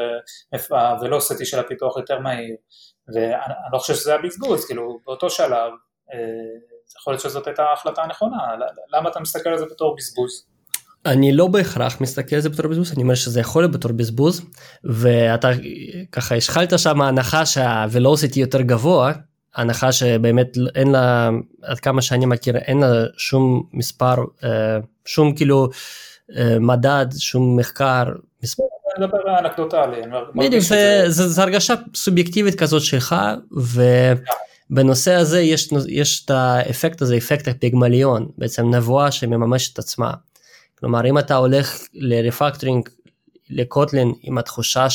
ולא סטי של הפיתוח יותר מהיר, ואני לא חושב שזה היה בזבוז, כאילו באותו שלב, יכול להיות שזאת הייתה ההחלטה הנכונה, למה אתה מסתכל על זה בתור בזבוז? אני לא בהכרח מסתכל על זה בתור בזבוז, אני אומר שזה יכול להיות בתור בזבוז, ואתה ככה השחלת שם ההנחה שהוולוסיטי יותר גבוה, ההנחה שבאמת אין לה, עד כמה שאני מכיר, אין לה שום מספר, שום כאילו מדד, שום מחקר, מספר. אני מדבר באנקדוטלי. בדיוק, זה הרגשה סובייקטיבית כזאת שלך, ובנושא הזה יש את האפקט הזה, אפקט הפיגמליון, בעצם נבואה שמממש את עצמה. כלומר, אם אתה הולך לרפקטורינג לקוטלין עם התחושה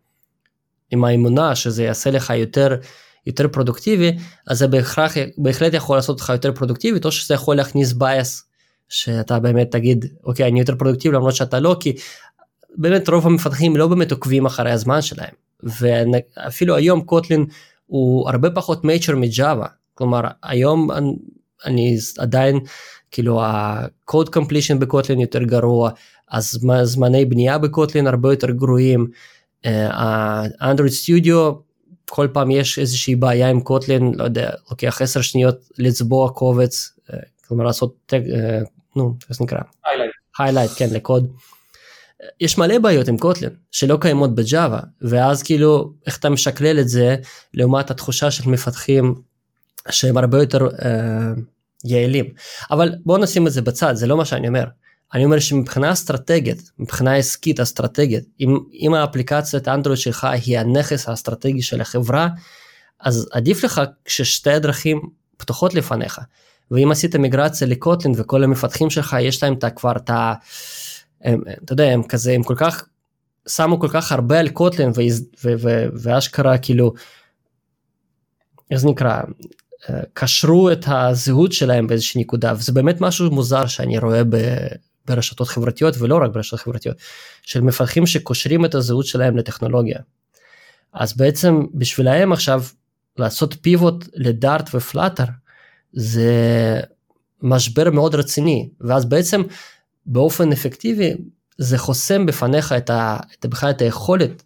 עם האמונה שזה יעשה לך יותר פרודוקטיבי, אז זה בהחלט יכול לעשות לך יותר פרודוקטיבי, או שזה יכול להכניס בייס, שאתה באמת תגיד, אוקיי, אני יותר פרודוקטיבי, למרות שאתה לא, כי באמת רוב המפתחים לא באמת עוקבים אחרי הזמן שלהם, ואפילו היום קוטלין הוא הרבה פחות mature מג'אווה, כלומר, היום אני עדיין, כאילו ה-code completion בקוטלין יותר גרוע, הזמני בנייה בקוטלין הרבה יותר גרועים, האנדרואיד סטודיו, כל פעם יש איזושהי בעיה עם קוטלין, לא יודע, לוקח 10 שניות לצבוע קובץ, כלומר לעשות, איך נקרא? highlight, כן, לקוד. יש מלא בעיות עם קוטלין, שלא קיימות בג'אווה, ואז כאילו, איך אתה משקלל את זה, לעומת התחושה של מפתחים, שהם הרבה יותר יעילים. אבל בואו נשים את זה בצד, זה לא מה שאני אומר. אני אומר שמבחינה אסטרטגית, מבחינה עסקית אסטרטגית, אם האפליקציית אנדרואיד שלך היא הנכס האסטרטגי של החברה, אז עדיף לך כששתי הדרכים פתוחות לפניך. ואם עשית מיגרציה לקוטלין וכל המפתחים שלך, יש להם כבר אתה יודע, הם כזה, הם כל כך, שמו כל כך הרבה על קוטלין, ואשכרה כאילו, איך זה נקרא, קשרו את הזהות שלהם באיזושהי נקודה, וזה באמת משהו מוזר שאני רואה ברשתות חברתיות, ולא רק ברשתות חברתיות, של מפתחים שקושרים את הזהות שלהם לטכנולוגיה. אז בעצם בשבילהם עכשיו, לעשות פיבוט לדארט ופלאטר, זה משבר מאוד רציני, ואז בעצם באופן אפקטיבי, זה חוסם בפניך בכלל את היכולת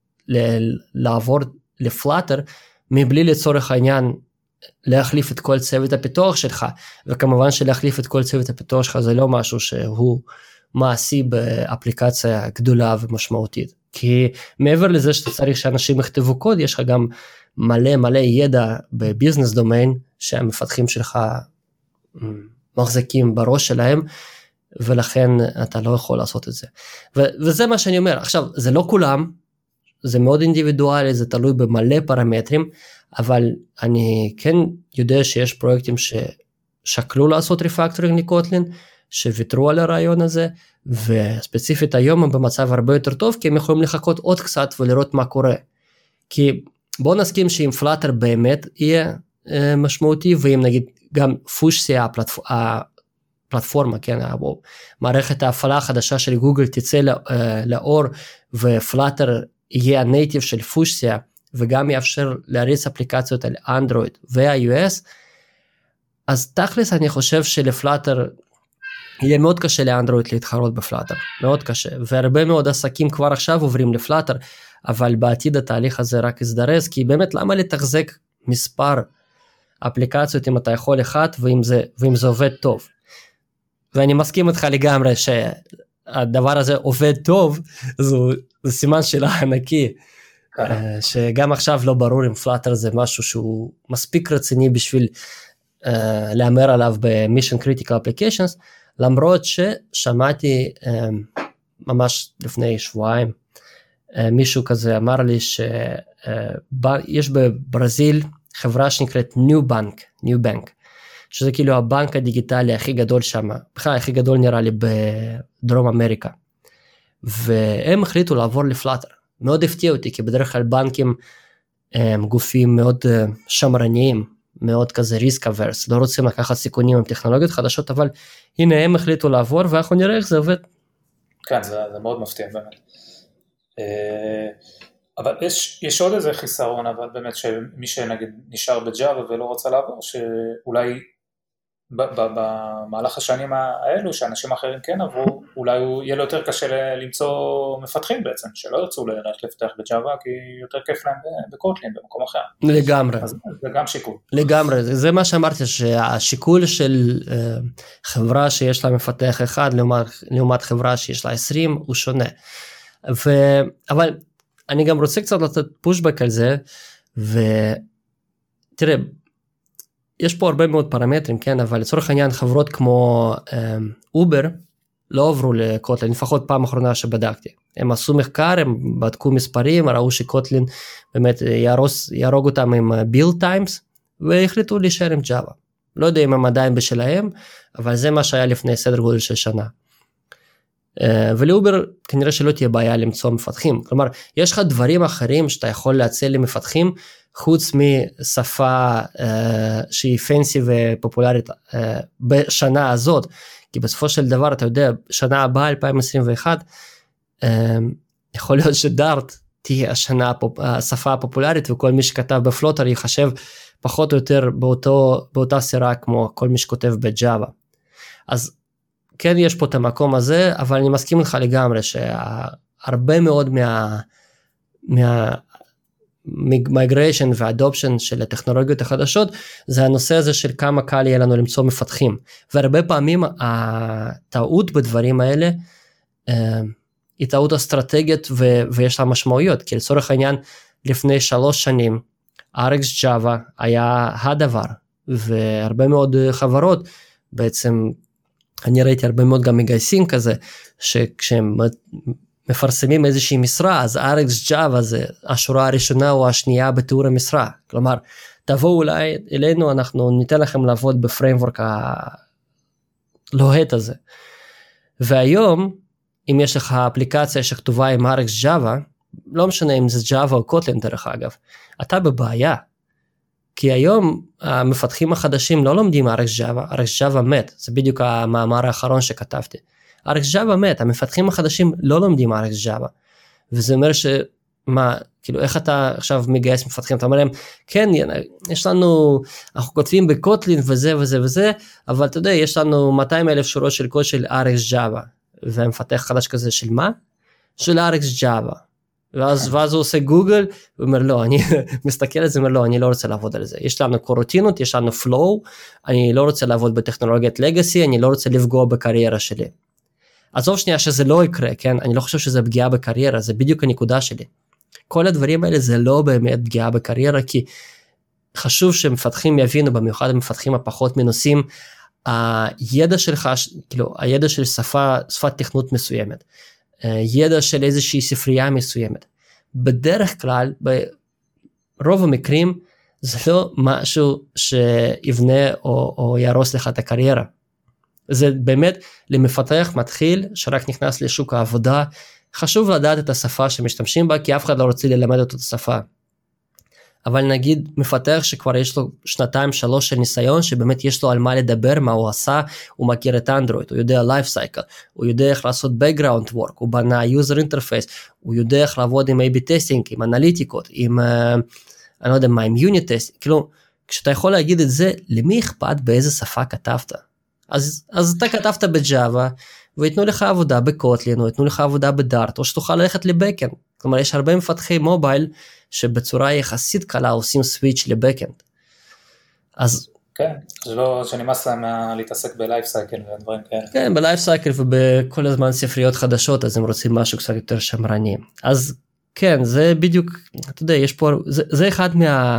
לעבור לפלאטר, מבלי לצורך העניין להחליף את כל צוות הפיתוח שלך, וכמובן שלהחליף את כל צוות הפיתוח שלך זה לא משהו שהוא מעשי באפליקציה גדולה ומשמעותית, כי מעבר לזה שאתה צריך שאנשים יכתבו קוד, יש לך גם מלא ידע בביזנס דומיין, שהמפתחים שלך מחזיקים בראש שלהם, ולכן אתה לא יכול לעשות את זה. וזה מה שאני אומר. עכשיו, זה לא כולם, זה מאוד אינדיבידואלי, זה תלוי במלא פרמטרים, אבל אני כן יודע שיש פרויקטים ששקלו לעשות ריפקטורינג לקוטלין, שוויתרו על הרעיון הזה, וספציפית היום הם במצב הרבה יותר טוב, כי הם יכולים לחכות עוד קצת ולראות מה קורה. כי בוא נסכים שאם פלאטר באמת יהיה משמעותי, ואם נגיד גם פושסיה, הפלטפורמה, כן, מערכת ההפעלה החדשה של גוגל תצא לאור, ופלאטר יהיה הנייטיב של פושסיה, וגם יאפשר להריץ אפליקציות על אנדרואיד ו-iOS, אז תכלס אני חושב שלפלאטר יהיה מאוד קשה לאנדרואיד להתחרות בפלאטר, מאוד קשה, והרבה מאוד עסקים כבר עכשיו עוברים לפלאטר, אבל בעתיד התהליך הזה רק יזדרז, כי באמת למה לתחזק מספר אפליקציות אם אתה יכול אחד, ואם זה עובד טוב. ואני מסכים איתך לגמרי שהדבר הזה עובד טוב, זה סימן שאלה ענקי, שגם עכשיו לא ברור אם פלאטר זה משהו שהוא מספיק רציני בשביל לאמר עליו ב-Mission Critical Applications, למרות ששמעתי ממש לפני שבועיים, מישהו כזה אמר לי שיש בברזיל חברה שנקראת New Bank, שזה כאילו הבנק הדיגיטלי הכי גדול שם, בכלל הכי גדול נראה לי בדרום אמריקה, והם החליטו לעבור לפלאטר. מאוד הפתיע אותי, כי בדרך כלל בנקים הם גופים מאוד שמרניים, מאוד כזה ריסק אברס, לא רוצים לקחת סיכונים עם טכנולוגיות חדשות, אבל הנה הם החליטו לעבור, ואנחנו נראה איך זה עובד. כן, זה מאוד מפתיע באמת. אבל יש עוד איזה חיסרון, אבל באמת שמי שנגיד נשאר בג'אווה ולא רוצה לעבור, שאולי במהלך השנים האלו, שאנשים אחרים כן עברו, אולי יהיה לו יותר קשה למצוא מפתחים בעצם, שלא ירצו ללכת לפתח בג'אווה, כי יותר כיף להם בקוטלין, במקום אחר. לגמרי. אז זה גם שיקול. לגמרי, זה מה שאמרתי, שהשיקול של חברה שיש לה מפתח אחד, לעומת חברה שיש לה 20, הוא שונה. אבל אני גם רוצה קצת לתת פושבק על זה, ותראה, יש פה הרבה מאוד פרמטרים, כן, אבל לצורך העניין חברות כמו אובר לא עברו לקוטלין, לפחות פעם אחרונה שבדקתי. הם עשו מחקר, הם בדקו מספרים, ראו שקוטלין באמת ירוג אותם עם build times, והחליטו להישאר עם ג'אווה. לא יודע אם הם עדיין בשלהם, אבל זה מה שהיה לפני סדר גודל של שנה. ולאובר כנראה שלא תהיה בעיה למצוא מפתחים. כלומר, יש לך דברים אחרים שאתה יכול להציע למפתחים, חוץ משפה שהיא פנסי ופופולרית בשנה הזאת, כי בסופו של דבר, אתה יודע, שנה הבאה, 2021, יכול להיות שדארט תהיה השפה הפופולרית, וכל מי שכתב בפלוטר יחשב פחות או יותר באותה סירה, כמו כל מי שכותב בג'אווה. אז כן יש פה את המקום הזה, אבל אני מסכים לך לגמרי, שהרבה מאוד migration ו-adoption של הטכנולוגיות החדשות, זה הנושא הזה של כמה קל יהיה לנו למצוא מפתחים, והרבה פעמים הטעות בדברים האלה, היא טעות אסטרטגית ויש לה משמעויות, כי לצורך העניין, לפני 3 שנים, RxJava היה הדבר, והרבה מאוד חברות, בעצם אני ראיתי הרבה מאוד גם מגייסים כזה, שכשהם מפרסמים איזושהי משרה, אז RxJava זה השורה הראשונה או השנייה בתיאור המשרה, כלומר, תבואו אולי אלינו, אנחנו ניתן לכם לעבוד בפריימוורק הלוהט הזה. והיום, אם יש לך אפליקציה שכתובה עם RxJava, לא משנה אם זה Java או Kotlin דרך אגב, אתה בבעיה. כי היום המפתחים החדשים לא לומדים RxJava מת, זה בדיוק המאמר האחרון שכתבתי. RxJava מת, המפתחים החדשים לא לומדים RxJava, וזה אומר מה, כאילו איך אתה עכשיו מגייס מפתחים, אתה אומר להם, כן, יש לנו, אנחנו כותבים בקוטלין וזה וזה וזה, אבל אתה יודע, יש לנו 200,000 שורות של קוד של RxJava, והמפתח חדש כזה של מה? של RxJava. ואז הוא עושה גוגל, הוא אומר לא, אני מסתכל על זה, אומר לא, אני לא רוצה לעבוד על זה, יש לנו קורוטינות, יש לנו פלואו, אני לא רוצה לעבוד בטכנולוגיית לגאסי, אני לא רוצה לפגוע בקריירה שלי. עזוב שנייה שזה לא יקרה, כן? אני לא חושב שזה פגיעה בקריירה, זה בדיוק הנקודה שלי. כל הדברים האלה זה לא באמת פגיעה בקריירה, כי חשוב שמפתחים יבינו, במיוחד המפתחים הפחות מנוסים, הידע שלך, כאילו, הידע של שפת תכנות מסוימת, ידע של איזושהי ספרייה מסוימת. בדרך כלל, ברוב המקרים, זה לא משהו שיבנה או ירוס לך את הקריירה. זה באמת למפתח מתחיל שרק נכנס לשוק העבודה, חשוב לדעת את השפה שמשתמשים בה, כי אף אחד לא רוצה ללמד אותו את השפה. אבל נגיד מפתח שכבר יש לו 2-3 של ניסיון, שבאמת יש לו על מה לדבר, מה הוא עשה, הוא מכיר את אנדרואיד, הוא יודע life cycle, הוא יודע איך לעשות background work, הוא בנה user interface, הוא יודע איך לעבוד עם A/B testing, עם אנליטיקות, עם, אני לא יודע מה, עם unit testing, כאילו, כשאתה יכול להגיד את זה, למי אכפת באיזה שפה כתבת? אז אתה כתבת בג'אווה, ויתנו לך עבודה בקוטלין, או יתנו לך עבודה בדארט, או שתוכל ללכת לבקאנד. כלומר, יש הרבה מפתחי מובייל, שבצורה יחסית קלה עושים סוויץ' לבקאנד. אז... כן, זה לא שנמאס להם להתעסק בלייף סייקל ודברים כאלה. כן, בלייף סייקל ובכל הזמן ספריות חדשות, אז הם רוצים משהו קצת יותר שמרני. אז כן, זה בדיוק, אתה יודע, יש פה, זה אחד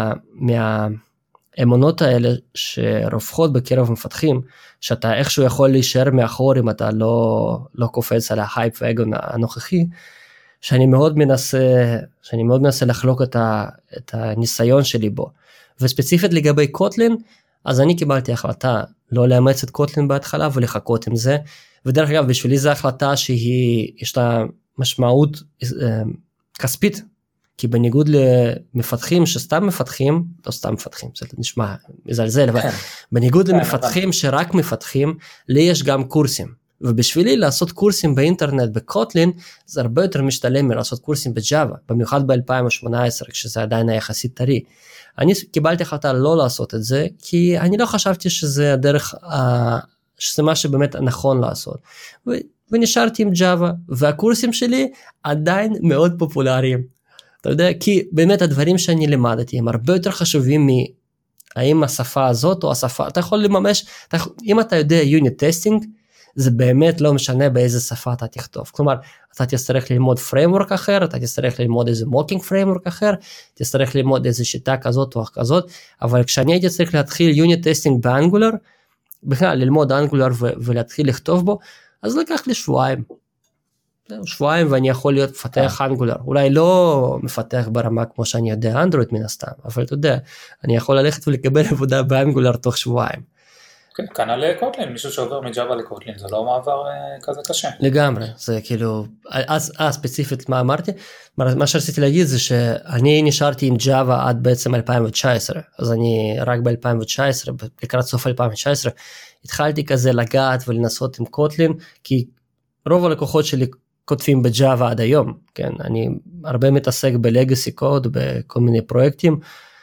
האמונות האלה שרופחות בקרב מפתחים, שאתה איכשהו יכול להישאר מאחור אם אתה לא קופץ על ההייפ והאגון הנוכחי, שאני מאוד מנסה לחלוק את הניסיון שלי בו. וספציפית לגבי קוטלין, אז אני קיבלתי החלטה לא לאמץ את קוטלין בהתחלה ולחכות עם זה, ודרך אגב בשבילי זו החלטה יש לה משמעות כספית, כי בניגוד למפתחים שסתם מפתחים, לא סתם מפתחים, זה נשמע מזלזל, אבל בניגוד למפתחים שרק מפתחים, לי יש גם קורסים, ובשבילי לעשות קורסים באינטרנט בקוטלין, זה הרבה יותר משתלם מלעשות קורסים בג'אווה, במיוחד ב-2018, כשזה עדיין יחסית טרי. אני קיבלתי החלטה לא לעשות את זה, כי אני לא חשבתי שזה הדרך, שזה מה שבאמת נכון לעשות. ונשארתי עם ג'אווה, והקורסים שלי עדיין מאוד פופולריים. אתה יודע, כי באמת הדברים שאני למדתי הם הרבה יותר חשובים האם השפה הזאת או השפה, אתה יכול לממש, אם אתה יודע unit testing, זה באמת לא משנה באיזה שפה אתה תכתוב. כלומר, אתה תצטרך ללמוד framework אחר, אתה תצטרך ללמוד איזה mocking framework אחר, תצטרך ללמוד איזה שיטה כזאת או כזאת, אבל כשאני הייתי צריך להתחיל unit testing באנגולר, בכלל ללמוד אנגולר ולהתחיל לכתוב בו, אז לקח לי שבועיים ואני יכול להיות מפתח אנגולר, אולי לא מפתח ברמה כמו שאני יודע אנדרואיד מן הסתם, אבל אתה יודע, אני יכול ללכת ולקבל עבודה באנגולר תוך שבועיים. כאן על קוטלין, מישהו שעובר מג'אווה לקוטלין, זה לא מעבר כזה קשה. לגמרי, זה כאילו, אז ספציפית מה אמרתי, מה שרציתי להגיד זה שאני נשארתי עם ג'אווה עד בעצם 2019, אז אני רק ב-2019, לקראת סוף 2019, התחלתי כזה לגעת ולנסות עם קוטלין, כי רוב הלקוחות שלי כותבים בג'אווה עד היום, כן, אני הרבה מתעסק בלגאסי קוד, בכל מיני פרויקטים,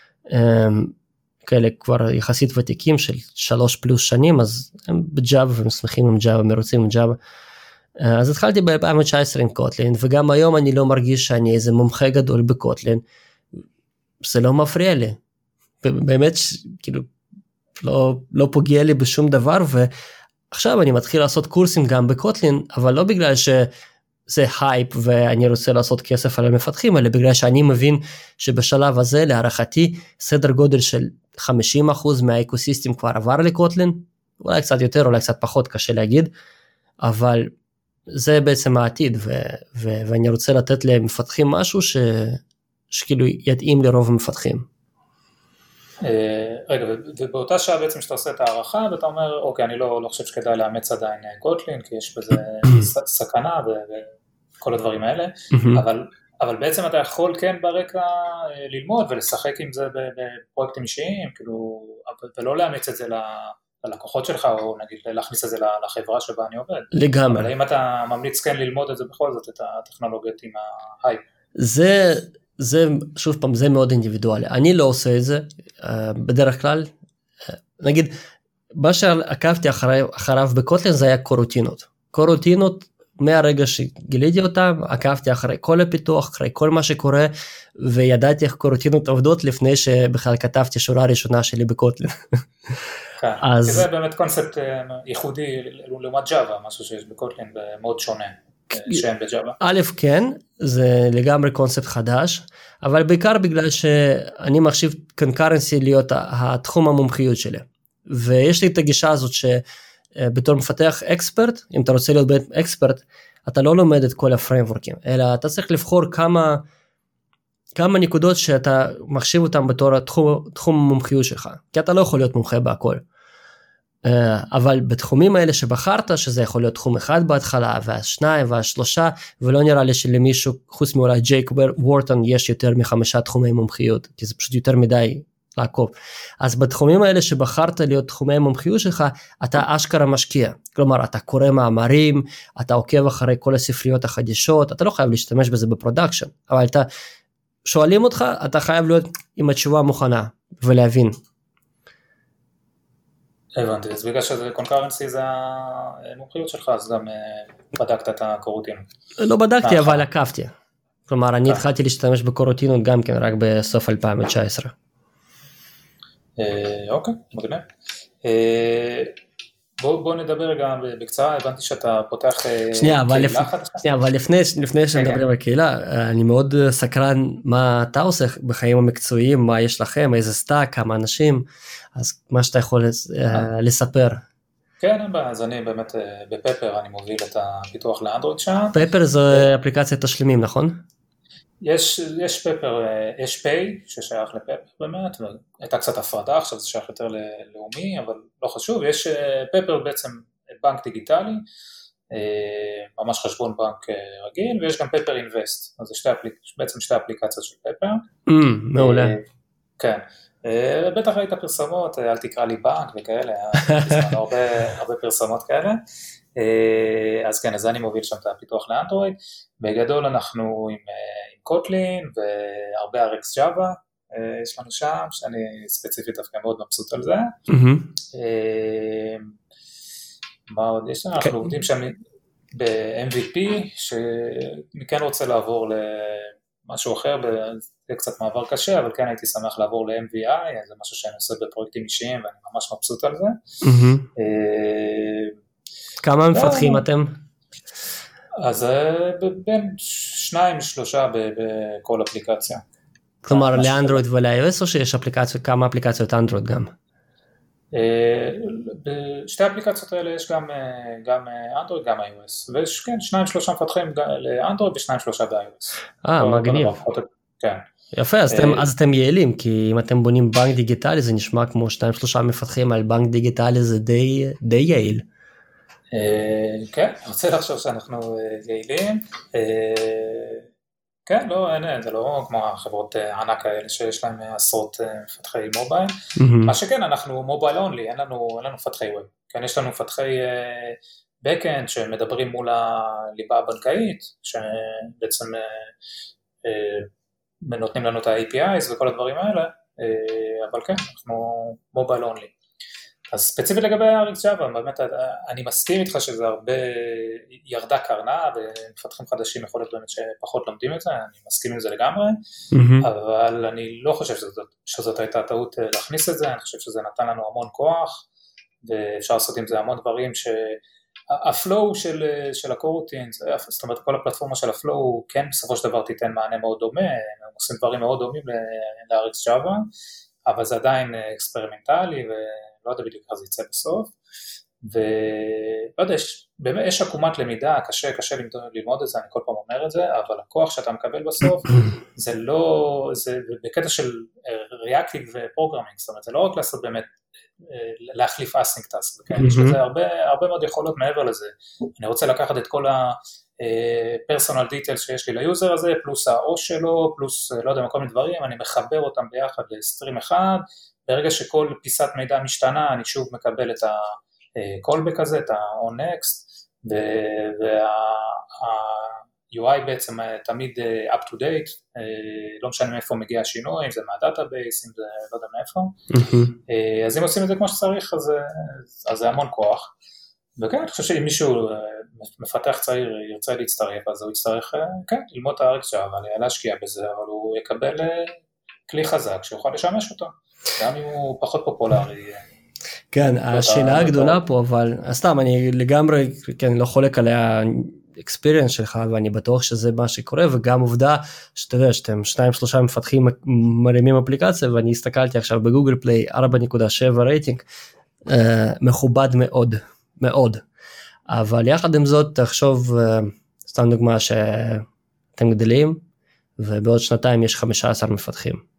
כאלה כבר יחסית ותיקים של 3+ שנים, אז הם בג'אווה ומסמכים עם ג'אווה, מרוצים עם ג'אווה. אז התחלתי ב-2019 עם קוטלין, וגם היום אני לא מרגיש שאני איזה מומחה גדול בקוטלין, זה לא מפריע לי. באמת, כאילו, לא פוגע לי בשום דבר, ועכשיו אני מתחיל לעשות קורסים גם בקוטלין, אבל לא בגלל זה הייפ ואני רוצה לעשות כסף על המפתחים, אלא בגלל שאני מבין שבשלב הזה להערכתי סדר גודל של 50% מהאקוסיסטם כבר עבר לקוטלין, אולי קצת יותר, אולי קצת פחות, קשה להגיד, אבל זה בעצם העתיד, ואני רוצה לתת למפתחים משהו שכאילו יתאים לרוב המפתחים. רגע, ובאותה שעה בעצם שאתה עושה את הערכה, ואתה אומר, אוקיי, אני לא חושב שכדאי לאמץ עדיין קוטלין, כי יש בזה סכנה וכל הדברים האלה, אבל בעצם אתה יכול כן ברקע ללמוד ולשחק עם זה בפרויקטים אישיים, כאילו, ולא לאמץ את זה ללקוחות שלך, או נגיד להכניס את זה לחברה שבה אני עובד. לגמרי. אבל אם אתה ממליץ כן ללמוד את זה בכל זאת, את הטכנולוגיות עם ההייפ. זה, שוב פעם, זה מאוד אינדיבידואלי. אני לא עושה את זה, בדרך כלל, נגיד, מה שעקבתי אחריו בקוטלין זה היה קורוטינות. קורוטינות, מהרגע שגיליתי אותם, עקבתי אחרי כל הפיתוח, אחרי כל מה שקורה, וידעתי איך קורוטינות עובדות לפני שבכלל כתבתי שורה ראשונה שלי בקוטלין. כן, כי זה באמת קונספט ייחודי לעומת ג'אווה, משהו שיש בקוטלין מאוד שונה. שהם בג'אווה. א', כן, זה לגמרי קונספט חדש, אבל בעיקר בגלל שאני מחשיב קונקרנסי להיות התחום המומחיות שלי, ויש לי את הגישה הזאת שבתור מפתח אקספרט, אם אתה רוצה להיות אקספרט, אתה לא לומד את כל הפריימוורקים, אלא אתה צריך לבחור כמה נקודות שאתה מחשיב אותם בתור תחום המומחיות שלך, כי אתה לא יכול להיות מומחה בהכל. אבל בתחומים האלה שבחרת, שזה יכול להיות תחום אחד בהתחלה, והשניים והשלושה, ולא נראה לי שלמישהו, חוץ מאולי ג'ייק וורטון, יש יותר מ5 תחומי מומחיות, כי זה פשוט יותר מדי לעקוב. אז בתחומים האלה שבחרת להיות תחומי מומחיות שלך, אתה אשכרה משקיע. כלומר, אתה קורא מאמרים, אתה עוקב אחרי כל הספריות החדשות, אתה לא חייב להשתמש בזה בפרודקשן, אבל שואלים אותך, אתה חייב להיות עם התשובה מוכנה, ולהבין. הבנתי, אז בגלל שזה קונקרנסי זה המומחיות שלך, אז גם בדקת את הקורוטינות. לא בדקתי, אבל עקבתי. כלומר, אני התחלתי להשתמש בקורוטינות גם כן, רק בסוף 2019. אוקיי, מגניב. בוא נדבר גם בקצרה, הבנתי שאתה פותח קהילה חדשה. שנייה, אבל לפני שנדבר בקהילה, אני מאוד סקרן מה אתה עושה בחיים המקצועיים, מה יש לכם, איזה סטאק, כמה אנשים, אז מה שאתה יכול לספר. כן, אז אני באמת בפפר, אני מוביל את הפיתוח לאנדרואיד שם. פפר זה אפליקציית תשלומים, נכון? יש פפר, יש פיי ששייך לפפר באמת, הייתה קצת הפרדה, עכשיו זה שייך יותר ללאומי, אבל לא חשוב, יש פפר בעצם בנק דיגיטלי, ממש חשבון בנק רגיל, ויש גם פפר אינבסט, אז זה בעצם שתי אפליקציות של פפר. מעולה. כן, בטח ראית פרסמות, אל תקרא לי בנק וכאלה, הרבה פרסמות כאלה. אז כן, אז אני מוביל שם את הפיתוח לאנדרואיד, בגדול אנחנו עם קוטלין והרבה RX Java, יש לנו שם, שאני ספציפית דווקא מאוד מבסוט על זה. מה עוד יש לנו? אנחנו עובדים שם ב-MVP, שאני כן רוצה לעבור למשהו אחר, זה קצת מעבר קשה, אבל כן הייתי שמח לעבור ל-MVI, זה משהו שאני עושה בפרויקטים אישיים, ואני ממש מבסוט על זה. כמה מפתחים אתם? אז בין 2-3 בכל אפליקציה. כלומר לאנדרואיד ול-iOS או שיש כמה אפליקציות אנדרואיד גם? בשתי האפליקציות האלה יש גם אנדרואיד, גם iOS, ויש כן 2-3 מפתחים לאנדרואיד ו2-3 ב-iOS. מגניב. כן. יפה, אז אתם יעילים, כי אם אתם בונים בנק דיגיטלי זה נשמע כמו 2-3 מפתחים על בנק דיגיטלי, זה די יעיל. כן, אני רוצה לחשוב שאנחנו יעילים, כן, זה לא כמו החברות ענק האלה שיש להם עשרות מפתחי מובייל, מה שכן, אנחנו מובייל אונלי, אין לנו מפתחי ווב, כן, יש לנו מפתחי בקאנד שמדברים מול הליבה הבנקאית, שבעצם נותנים לנו את ה-APIs וכל הדברים האלה, אבל כן, אנחנו מובייל אונלי. אז ספציפית לגבי RX Java, באמת אני מסכים איתך שזה הרבה ירדה קרנה, ומפתחים חדשים יכול להיות באמת שפחות לומדים את זה, אני מסכים עם זה לגמרי, אבל אני לא חושב שזאת הייתה טעות להכניס את זה, אני חושב שזה נתן לנו המון כוח, ואפשר לעשות עם זה המון דברים הפלואו של הקורוטינס, זאת אומרת כל הפלטפורמה של הפלואו, כן בסופו של דבר תיתן מענה מאוד דומה, הם עושים דברים מאוד דומים ל-RxJava, אבל זה עדיין אקספרימנטלי, ולא יודע בדיוק איך זה יצא בסוף, ולא יודע, באמת יש עקומת למידה, קשה ללמוד את זה, אני כל פעם אומר את זה, אבל הכוח שאתה מקבל בסוף, זה לא, זה בקטע של Reactive Programming, זאת אומרת, זה לא רק לעשות באמת, להחליף async task, כן? יש לזה הרבה מאוד יכולות מעבר לזה, אני רוצה לקחת את כל ה-personal details שיש לי ליוזר הזה, פלוס ה-O שלו, פלוס, לא יודע, כל מיני דברים, אני מחבר אותם ביחד לסטרים אחד, ברגע שכל פיסת מידע משתנה, אני שוב מקבל את ה-callback הזה, את ה-onNext, וה-UI בעצם תמיד up to date, לא משנה מאיפה מגיע השינוי, אם זה מהדאטאבייס, אם זה לא יודע מאיפה, אז אם עושים את זה כמו שצריך, אז זה המון כוח, וכן, אני חושב שאם מישהו מפתח צעיר ירצה להצטרף, אז הוא יצטרך, כן, ללמוד את ה-RxJava, להשקיע בזה, אבל הוא יקבל כלי חזק שיוכל לשמש אותו, גם אם הוא פחות פופולרי. כן, השאלה הגדולה פה, אבל סתם, אני לגמרי, כן, לא חולק על האקספיריאנס שלך, ואני בטוח שזה מה שקורה, וגם עובדה, שאתה יודע, שאתם 2-3 מפתחים מרימים אפליקציה, ואני הסתכלתי עכשיו בגוגל פליי, 4.7 רייטינג, מכובד מאוד, מאוד. אבל יחד עם זאת, תחשוב, סתם דוגמה שאתם גדלים, ובעוד שנתיים יש 15 מפתחים.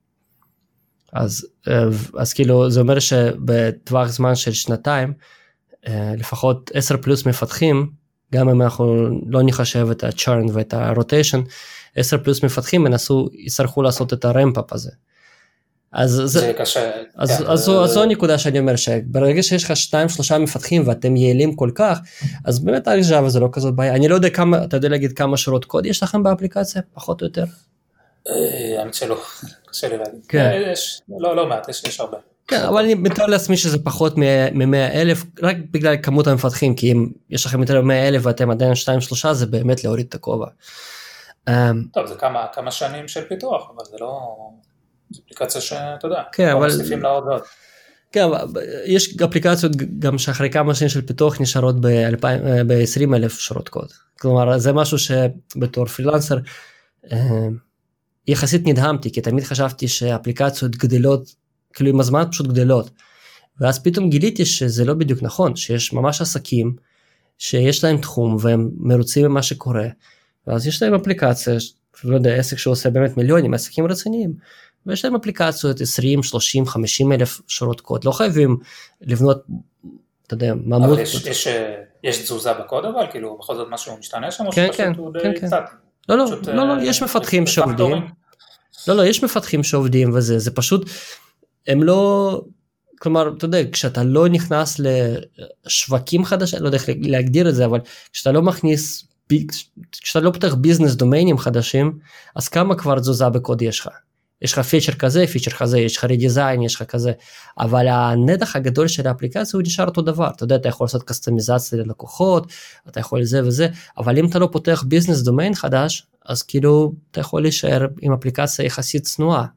אז כאילו זה אומר שבטווח זמן של שנתיים, לפחות 10 פלוס מפתחים, גם אם אנחנו לא נחשב את ה-churn ואת ה-rotation, 10 פלוס מפתחים יצטרכו לעשות את הרמפ-אפ הזה. זה קשה. אז זו הנקודה שאני אומר, שברגע שיש לך 2-3 מפתחים ואתם יעילים כל כך, אז באמת RxJava זה לא כזאת בעיה. אני לא יודע כמה, אתה יודע להגיד כמה שורות קוד יש לכם באפליקציה, פחות או יותר? האמת שלא, קשה לי להגיד. יש, לא מעט, יש הרבה. כן, אבל אני מתאר לעצמי שזה פחות מ-100,000, רק בגלל כמות המפתחים, כי אם יש לכם יותר מ-100,000 ואתם עדיין 2-3, זה באמת להוריד את הכובע. טוב, זה כמה שנים של פיתוח, אבל זה לא... זו אפליקציה שאתה יודע, מוסיפים לה עוד ועוד. כן, יש אפליקציות גם שאחרי כמה שנים של פיתוח נשארות ב-20,000 שורות קוד. כלומר, זה משהו שבתור פרילנסר, יחסית נדהמתי, כי תמיד חשבתי שאפליקציות גדלות, כאילו עם הזמן פשוט גדלות. ואז פתאום גיליתי שזה לא בדיוק נכון, שיש ממש עסקים, שיש להם תחום והם מרוצים ממה שקורה, ואז יש להם אפליקציה, לא יודע, עסק שעושה באמת מיליונים, עסקים רציניים, ויש להם אפליקציות 20, 30, 50 אלף שורות קוד, לא חייבים לבנות, אתה יודע, ממות. אבל יש תזוזה בקוד אבל, כאילו בכל זאת משהו משתנה שם, או שפשוט הוא די קצת? לא, יש מפתחים שעובדים, יש מפתחים שעובדים וזה, זה פשוט, הם לא, כלומר, אתה יודע, כשאתה לא נכנס לשווקים חדשים, לא יודע איך להגדיר את זה, אבל כשאתה לא מכניס, כשאתה לא פותח ביזנס דומיינים חדשים, אז כמה כבר תזוזה בקוד יש לך? יש לך פיצ'ר כזה, פיצ'ר כזה, יש לך רידיזיין, יש לך כזה, אבל הנתח הגדול של האפליקציה הוא נשאר אותו דבר, אתה יודע, אתה יכול לעשות קסטומיזציה ללקוחות, אתה יכול זה וזה, אבל אם אתה לא פותח ביזנס דומיין חדש, אז כאילו אתה יכול להישאר עם אפליקציה יחסית צנועה.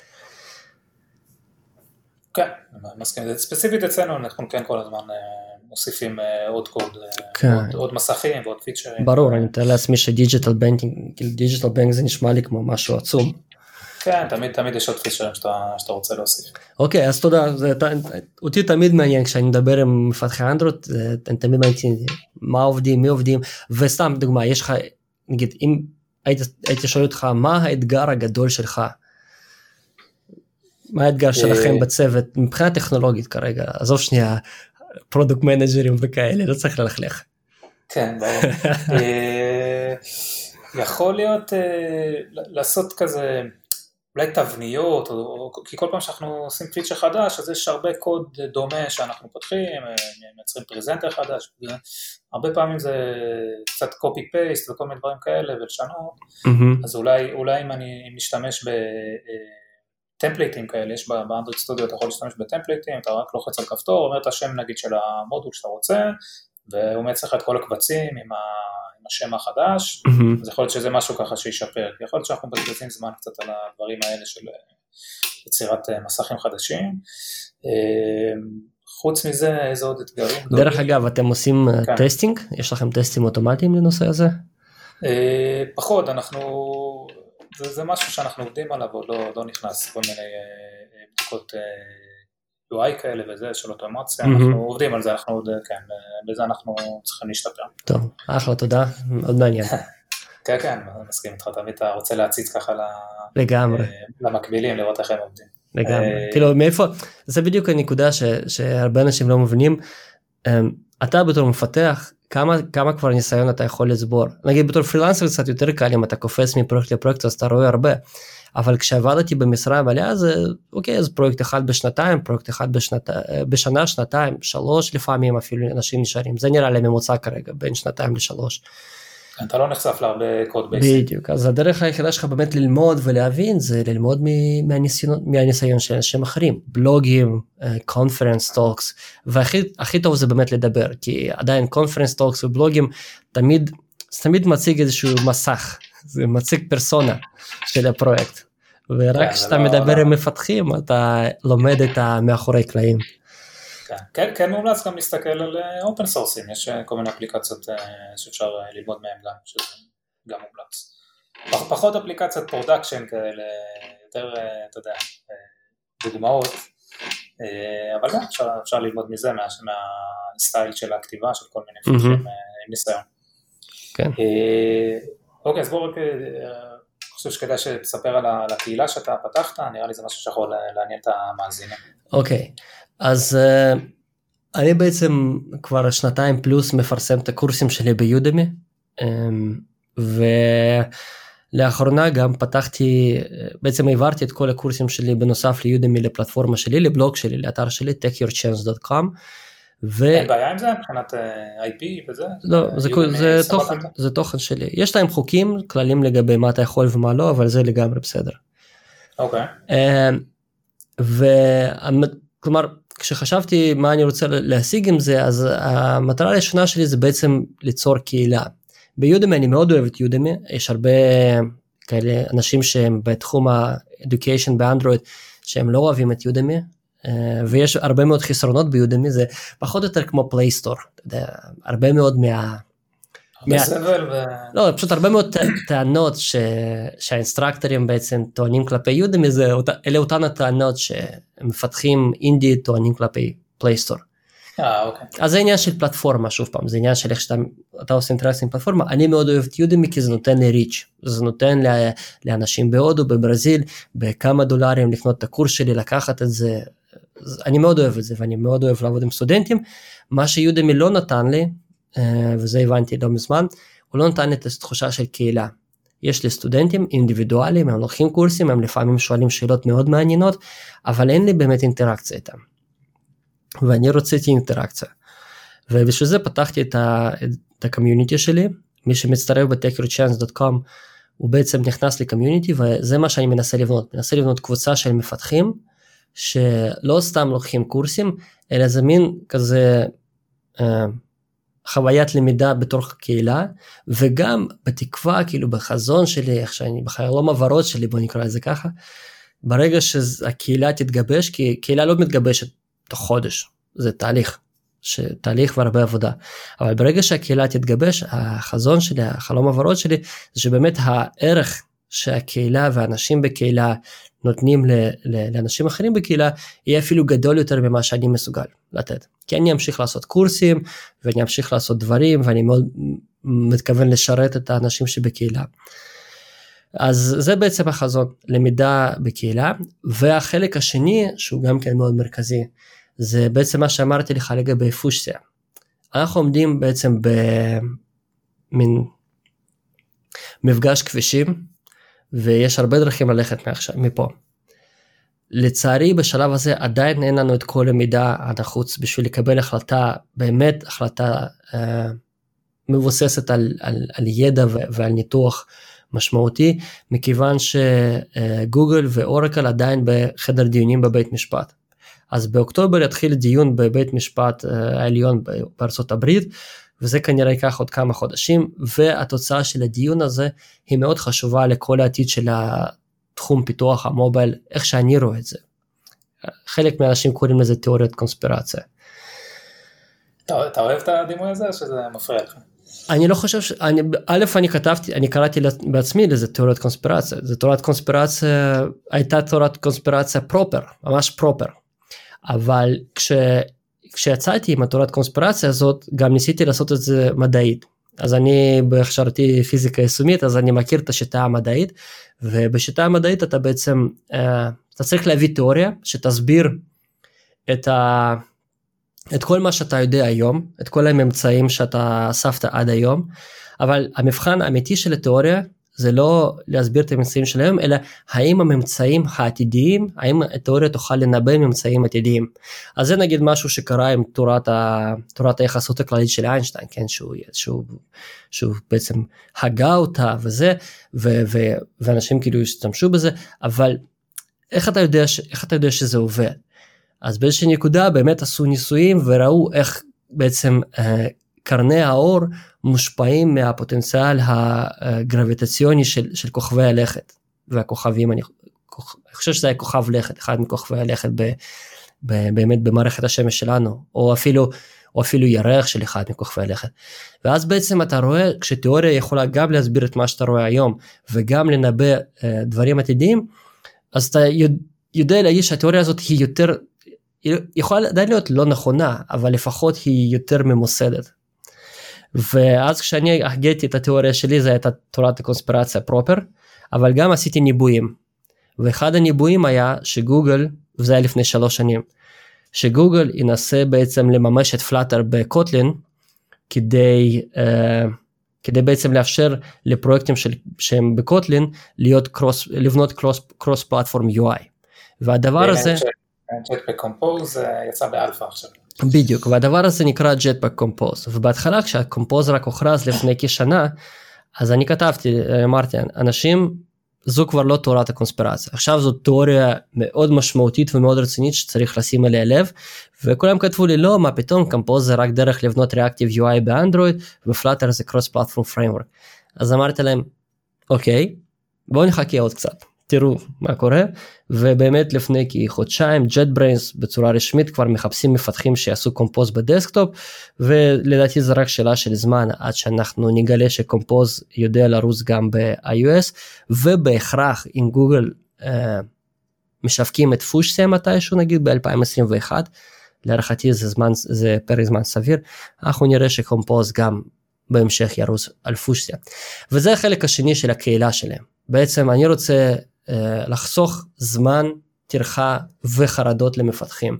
כן, מסכים, ספציפית אצלנו אנחנו כן כל הזמן מוסיפים עוד קוד, עוד מסכים ועוד פיצ'רים. ברור, אני מתאר לעצמי שדיג'יטל בנק זה נשמע לי כמו משהו עצום. כן, תמיד יש עוד פיצ'רים שאתה רוצה להוסיף. אוקיי, אז תודה, אותי תמיד מעניין כשאני מדבר עם מפתחי אנדרואיד, אני תמיד מעניין מה עובדים, מי עובדים, וסתם דוגמה, יש לך, נגיד, אם הייתי שואל אותך, מה האתגר הגדול שלך? מה האתגר שלכם בצוות, מבחינה טכנולוגית כרגע, עזוב שנייה, פרודוקט מנג'רים וכאלה, לא צריך ללכלך. כן, ברור. יכול להיות לעשות כזה, אולי תבניות, כי כל פעם שאנחנו עושים פיצ'ר חדש, אז יש הרבה קוד דומה שאנחנו פותחים, מייצרים פרזנטר חדש, הרבה פעמים זה קצת copy-paste וכל מיני דברים כאלה, ולשנות, אז אולי אם אני משתמש בטמפלייטים כאלה, יש באנדרואיד סטודיו, אתה יכול להשתמש בטמפלייטים, אתה רק לוחץ על כפתור, אומר את השם נגיד של המודול שאתה רוצה, והוא מייצר לך את כל הקבצים עם השם החדש, אז יכול להיות שזה משהו ככה שישפר, יכול להיות שאנחנו מבזבזים זמן קצת על הדברים האלה של יצירת מסכים חדשים, חוץ מזה, איזה עוד אתגרים? דרך אגב, אתם עושים טסטינג? יש לכם טסטים אוטומטיים לנושא הזה? פחות, זה משהו שאנחנו עובדים עליו, עוד לא נכנס כל מיני בדיקות UI כאלה וזה, של אוטומציה, אנחנו עובדים על זה, אנחנו עוד, כן, בזה אנחנו צריכים להשתפר. טוב, אחלה, תודה, מאוד מעניין. כן, כן, מסכים איתך, תמיד אתה רוצה להציץ ככה לגמרי. למקבילים, לראות איך הם עובדים. לגמרי, כאילו מאיפה, זה בדיוק הנקודה שהרבה אנשים לא מבינים, אתה בתור מפתח, כמה כבר ניסיון אתה יכול לצבור, נגיד בתור פרילנסר קצת יותר קל, אם אתה קופץ מפרויקט לפרויקט אז אתה רואה הרבה, אבל כשעבדתי במשרה מלאה זה אוקיי, אז פרויקט אחד בשנתיים, פרויקט אחד בשנה, שנתיים, 3 לפעמים אפילו אנשים נשארים, זה נראה לי ממוצע כרגע, בין 2 ל3. אתה לא נחשף להרבה קוד בייסיק. בדיוק, אז הדרך היחידה שלך באמת ללמוד ולהבין, זה ללמוד מהניסיון של אנשים אחרים, בלוגים, קונפרנס טוקס, והכי טוב זה באמת לדבר, כי עדיין קונפרנס טוקס ובלוגים תמיד מציג איזשהו מסך, זה מציג פרסונה של הפרויקט, ורק כשאתה מדבר עם מפתחים, אתה לומד את מאחורי קלעים. כן, מומלץ גם להסתכל על אופן סורסים, יש כל מיני אפליקציות שאפשר ללמוד מהם גם, שזה גם מומלץ. פחות אפליקציות פרודקשן כאלה, יותר, אתה יודע, דוגמאות, אבל גם אפשר ללמוד מזה, מהסטייל של הכתיבה, של כל מיני מפתחים עם ניסיון. כן. אוקיי, אז בואו רק, אני חושב שכדאי שתספר על הקהילה שאתה פתחת, נראה לי זה משהו שיכול לעניין את המאזינים. אוקיי. אז אני בעצם כבר 2 פלוס מפרסם את הקורסים שלי ביודמי, ולאחרונה גם פתחתי, בעצם העברתי את כל הקורסים שלי בנוסף ליודמי לפלטפורמה שלי, לבלוג שלי, לאתר שלי, techyourchance.com. אין בעיה עם זה, מבחינת IP וזה? לא, זה תוכן שלי. יש להם חוקים, כללים לגבי מה אתה יכול ומה לא, אבל זה לגמרי בסדר. אוקיי. כלומר, כשחשבתי מה אני רוצה להשיג עם זה, אז המטרה הראשונה שלי זה בעצם ליצור קהילה. ביודמי אני מאוד אוהב את יודמי, יש הרבה כאלה אנשים שהם בתחום ה-education באנדרואיד, שהם לא אוהבים את יודמי, ויש הרבה מאוד חסרונות ביודמי, זה פחות או יותר כמו פלייסטור, הרבה מאוד לא, פשוט הרבה מאוד טענות שהאינסטרקטורים בעצם טוענים כלפי יודמי, אלה אותן הטענות שמפתחים אינדי טוענים כלפי פלייסטור. אוקיי. אז זה עניין של פלטפורמה, שוב פעם, זה עניין של איך שאתה עושה אינטראקציה עם פלטפורמה, אני מאוד אוהב את יודמי כי זה נותן לי ריץ', זה נותן לאנשים בהודו, בברזיל, בכמה דולרים לקנות את הקורס שלי, לקחת את זה, אני מאוד אוהב את זה, ואני מאוד אוהב לעבוד עם סטודנטים, מה שיודמי לא נתן לי, וזה הבנתי לא מזמן, הוא לא נתן את התחושה של קהילה. יש לי סטודנטים אינדיבידואליים, הם לוקחים קורסים, הם לפעמים שואלים שאלות מאוד מעניינות, אבל אין לי באמת אינטראקציה איתם. ואני רציתי אינטראקציה. ובשביל זה פתחתי את הקומיוניטי שלי, מי שמצטרף ב-techyourchance.com, הוא בעצם נכנס לקומיוניטי, וזה מה שאני מנסה לבנות. מנסה לבנות קבוצה של מפתחים, שלא סתם לוקחים קורסים, אלא זה מין כזה חוויית למידה בתוך הקהילה, וגם בתקווה, כאילו בחזון שלי, איך שאני, בחלום הוורוד שלי, בוא נקרא לזה ככה, ברגע שהקהילה תתגבש, כי קהילה לא מתגבשת תוך חודש, זה תהליך והרבה עבודה, אבל ברגע שהקהילה תתגבש, החזון שלי, החלום הוורוד שלי, זה שבאמת הערך שהקהילה והאנשים בקהילה נותנים לאנשים אחרים בקהילה, יהיה אפילו גדול יותר ממה שאני מסוגל לתת. כי אני אמשיך לעשות קורסים, ואני אמשיך לעשות דברים, ואני מאוד מתכוון לשרת את האנשים שבקהילה. אז זה בעצם החזון, למידה בקהילה, והחלק השני, שהוא גם כן מאוד מרכזי, זה בעצם מה שאמרתי לך לגבי פושסיה. אנחנו עומדים בעצם במין מפגש כבישים, ויש הרבה דרכים ללכת מפה. לצערי בשלב הזה עדיין אין לנו את כל המידע הנחוץ בשביל לקבל החלטה, באמת החלטה מבוססת על ידע ועל ניתוח משמעותי, מכיוון שגוגל ואורקל עדיין בחדר דיונים בבית משפט. אז באוקטובר יתחיל דיון בבית משפט העליון בארצות הברית, וזה כנראה ייקח עוד כמה חודשים, והתוצאה של הדיון הזה היא מאוד חשובה לכל העתיד של התחום פיתוח המובייל, איך שאני רואה את זה. חלק מהאנשים קוראים לזה תיאוריית קונספירציה. אתה אוהב את הדימוי הזה או שזה מפריע לך? אני לא חושב אני קראתי בעצמי לזה תיאוריית קונספירציה, זה תיאוריית קונספירציה, הייתה תיאוריית קונספירציה פרופר, ממש פרופר, אבל כשיצאתי עם התיאוריית קונספירציה הזאת, גם ניסיתי לעשות את זה מדעית, אז אני בהכשרתי פיזיקה יישומית, אז אני מכיר את השיטה המדעית, ובשיטה המדעית אתה בעצם, אתה צריך להביא תיאוריה, שתסביר את כל מה שאתה יודע היום, את כל הממצאים שאתה אספת עד היום, אבל המבחן האמיתי של התיאוריה, זה לא להסביר את הממצאים של היום, אלא האם הממצאים העתידיים, האם התיאוריה תוכל לנבא ממצאים עתידיים. אז זה נגיד משהו שקרה עם תורת היחסות הכללית של איינשטיין, כן? שהוא בעצם הגה אותה וזה, ואנשים כאילו השתמשו בזה, אבל איך אתה יודע שזה עובד? אז באיזושהי נקודה באמת עשו ניסויים וראו איך בעצם קרני האור מושפעים מהפוטנציאל הגרביטציוני של כוכבי הלכת והכוכבים. אני חושב שזה היה כוכב לכת, אחד מכוכבי הלכת באמת במערכת השמש שלנו, או אפילו ירח של אחד מכוכבי הלכת. ואז בעצם אתה רואה, כשתיאוריה יכולה גם להסביר את מה שאתה רואה היום, וגם לנבא דברים עתידיים, אז אתה יודע להגיד שהתיאוריה הזאת היא יותר, היא יכולה עדיין להיות לא נכונה, אבל לפחות היא יותר ממוסדת. ואז כשאני הגעתי את התיאוריה שלי, זה הייתה תורת הקונספירציה פרופר, אבל גם עשיתי ניבויים. ואחד הניבויים היה שגוגל, וזה היה לפני 3 שנים, שגוגל ינסה בעצם לממש את פלאטר בקוטלין, כדי בעצם לאפשר לפרויקטים שהם בקוטלין, לבנות קרוס פלטפורם UI. והדבר הזה... Jetpack Compose יצא באלפא עכשיו. בדיוק, והדבר הזה נקרא Jetpack Compose, ובהתחלה כשהקומפוז רק הוכרז לפני כשנה, אז אני כתבתי, אמרתי, אנשים, זו כבר לא תיאוריית הקונספירציה, עכשיו זו תיאוריה מאוד משמעותית ומאוד רצינית שצריך לשים אליה לב, וכולם כתבו לי, לא, מה פתאום, קומפוז זה רק דרך לבנות Reactive UI באנדרואיד, ופלאטר זה Cross Platform Framework. אז אמרתי להם, אוקיי, בואו נחכה עוד קצת. תראו מה קורה, ובאמת לפני כחודשיים JetBrains בצורה רשמית כבר מחפשים מפתחים שיעשו קומפוז בדסקטופ, ולדעתי זה רק שאלה של זמן עד שאנחנו נגלה שקומפוז יודע לרוץ גם ב-iOS, ובהכרח אם גוגל משווקים את פושסיה מתישהו נגיד ב-2021, להערכתי זה פרק זמן סביר, אנחנו נראה שקומפוז גם בהמשך ירוץ על פושסיה, וזה החלק השני של הקהילה שלהם. בעצם אני רוצה לחסוך זמן, טרחה וחרדות למפתחים.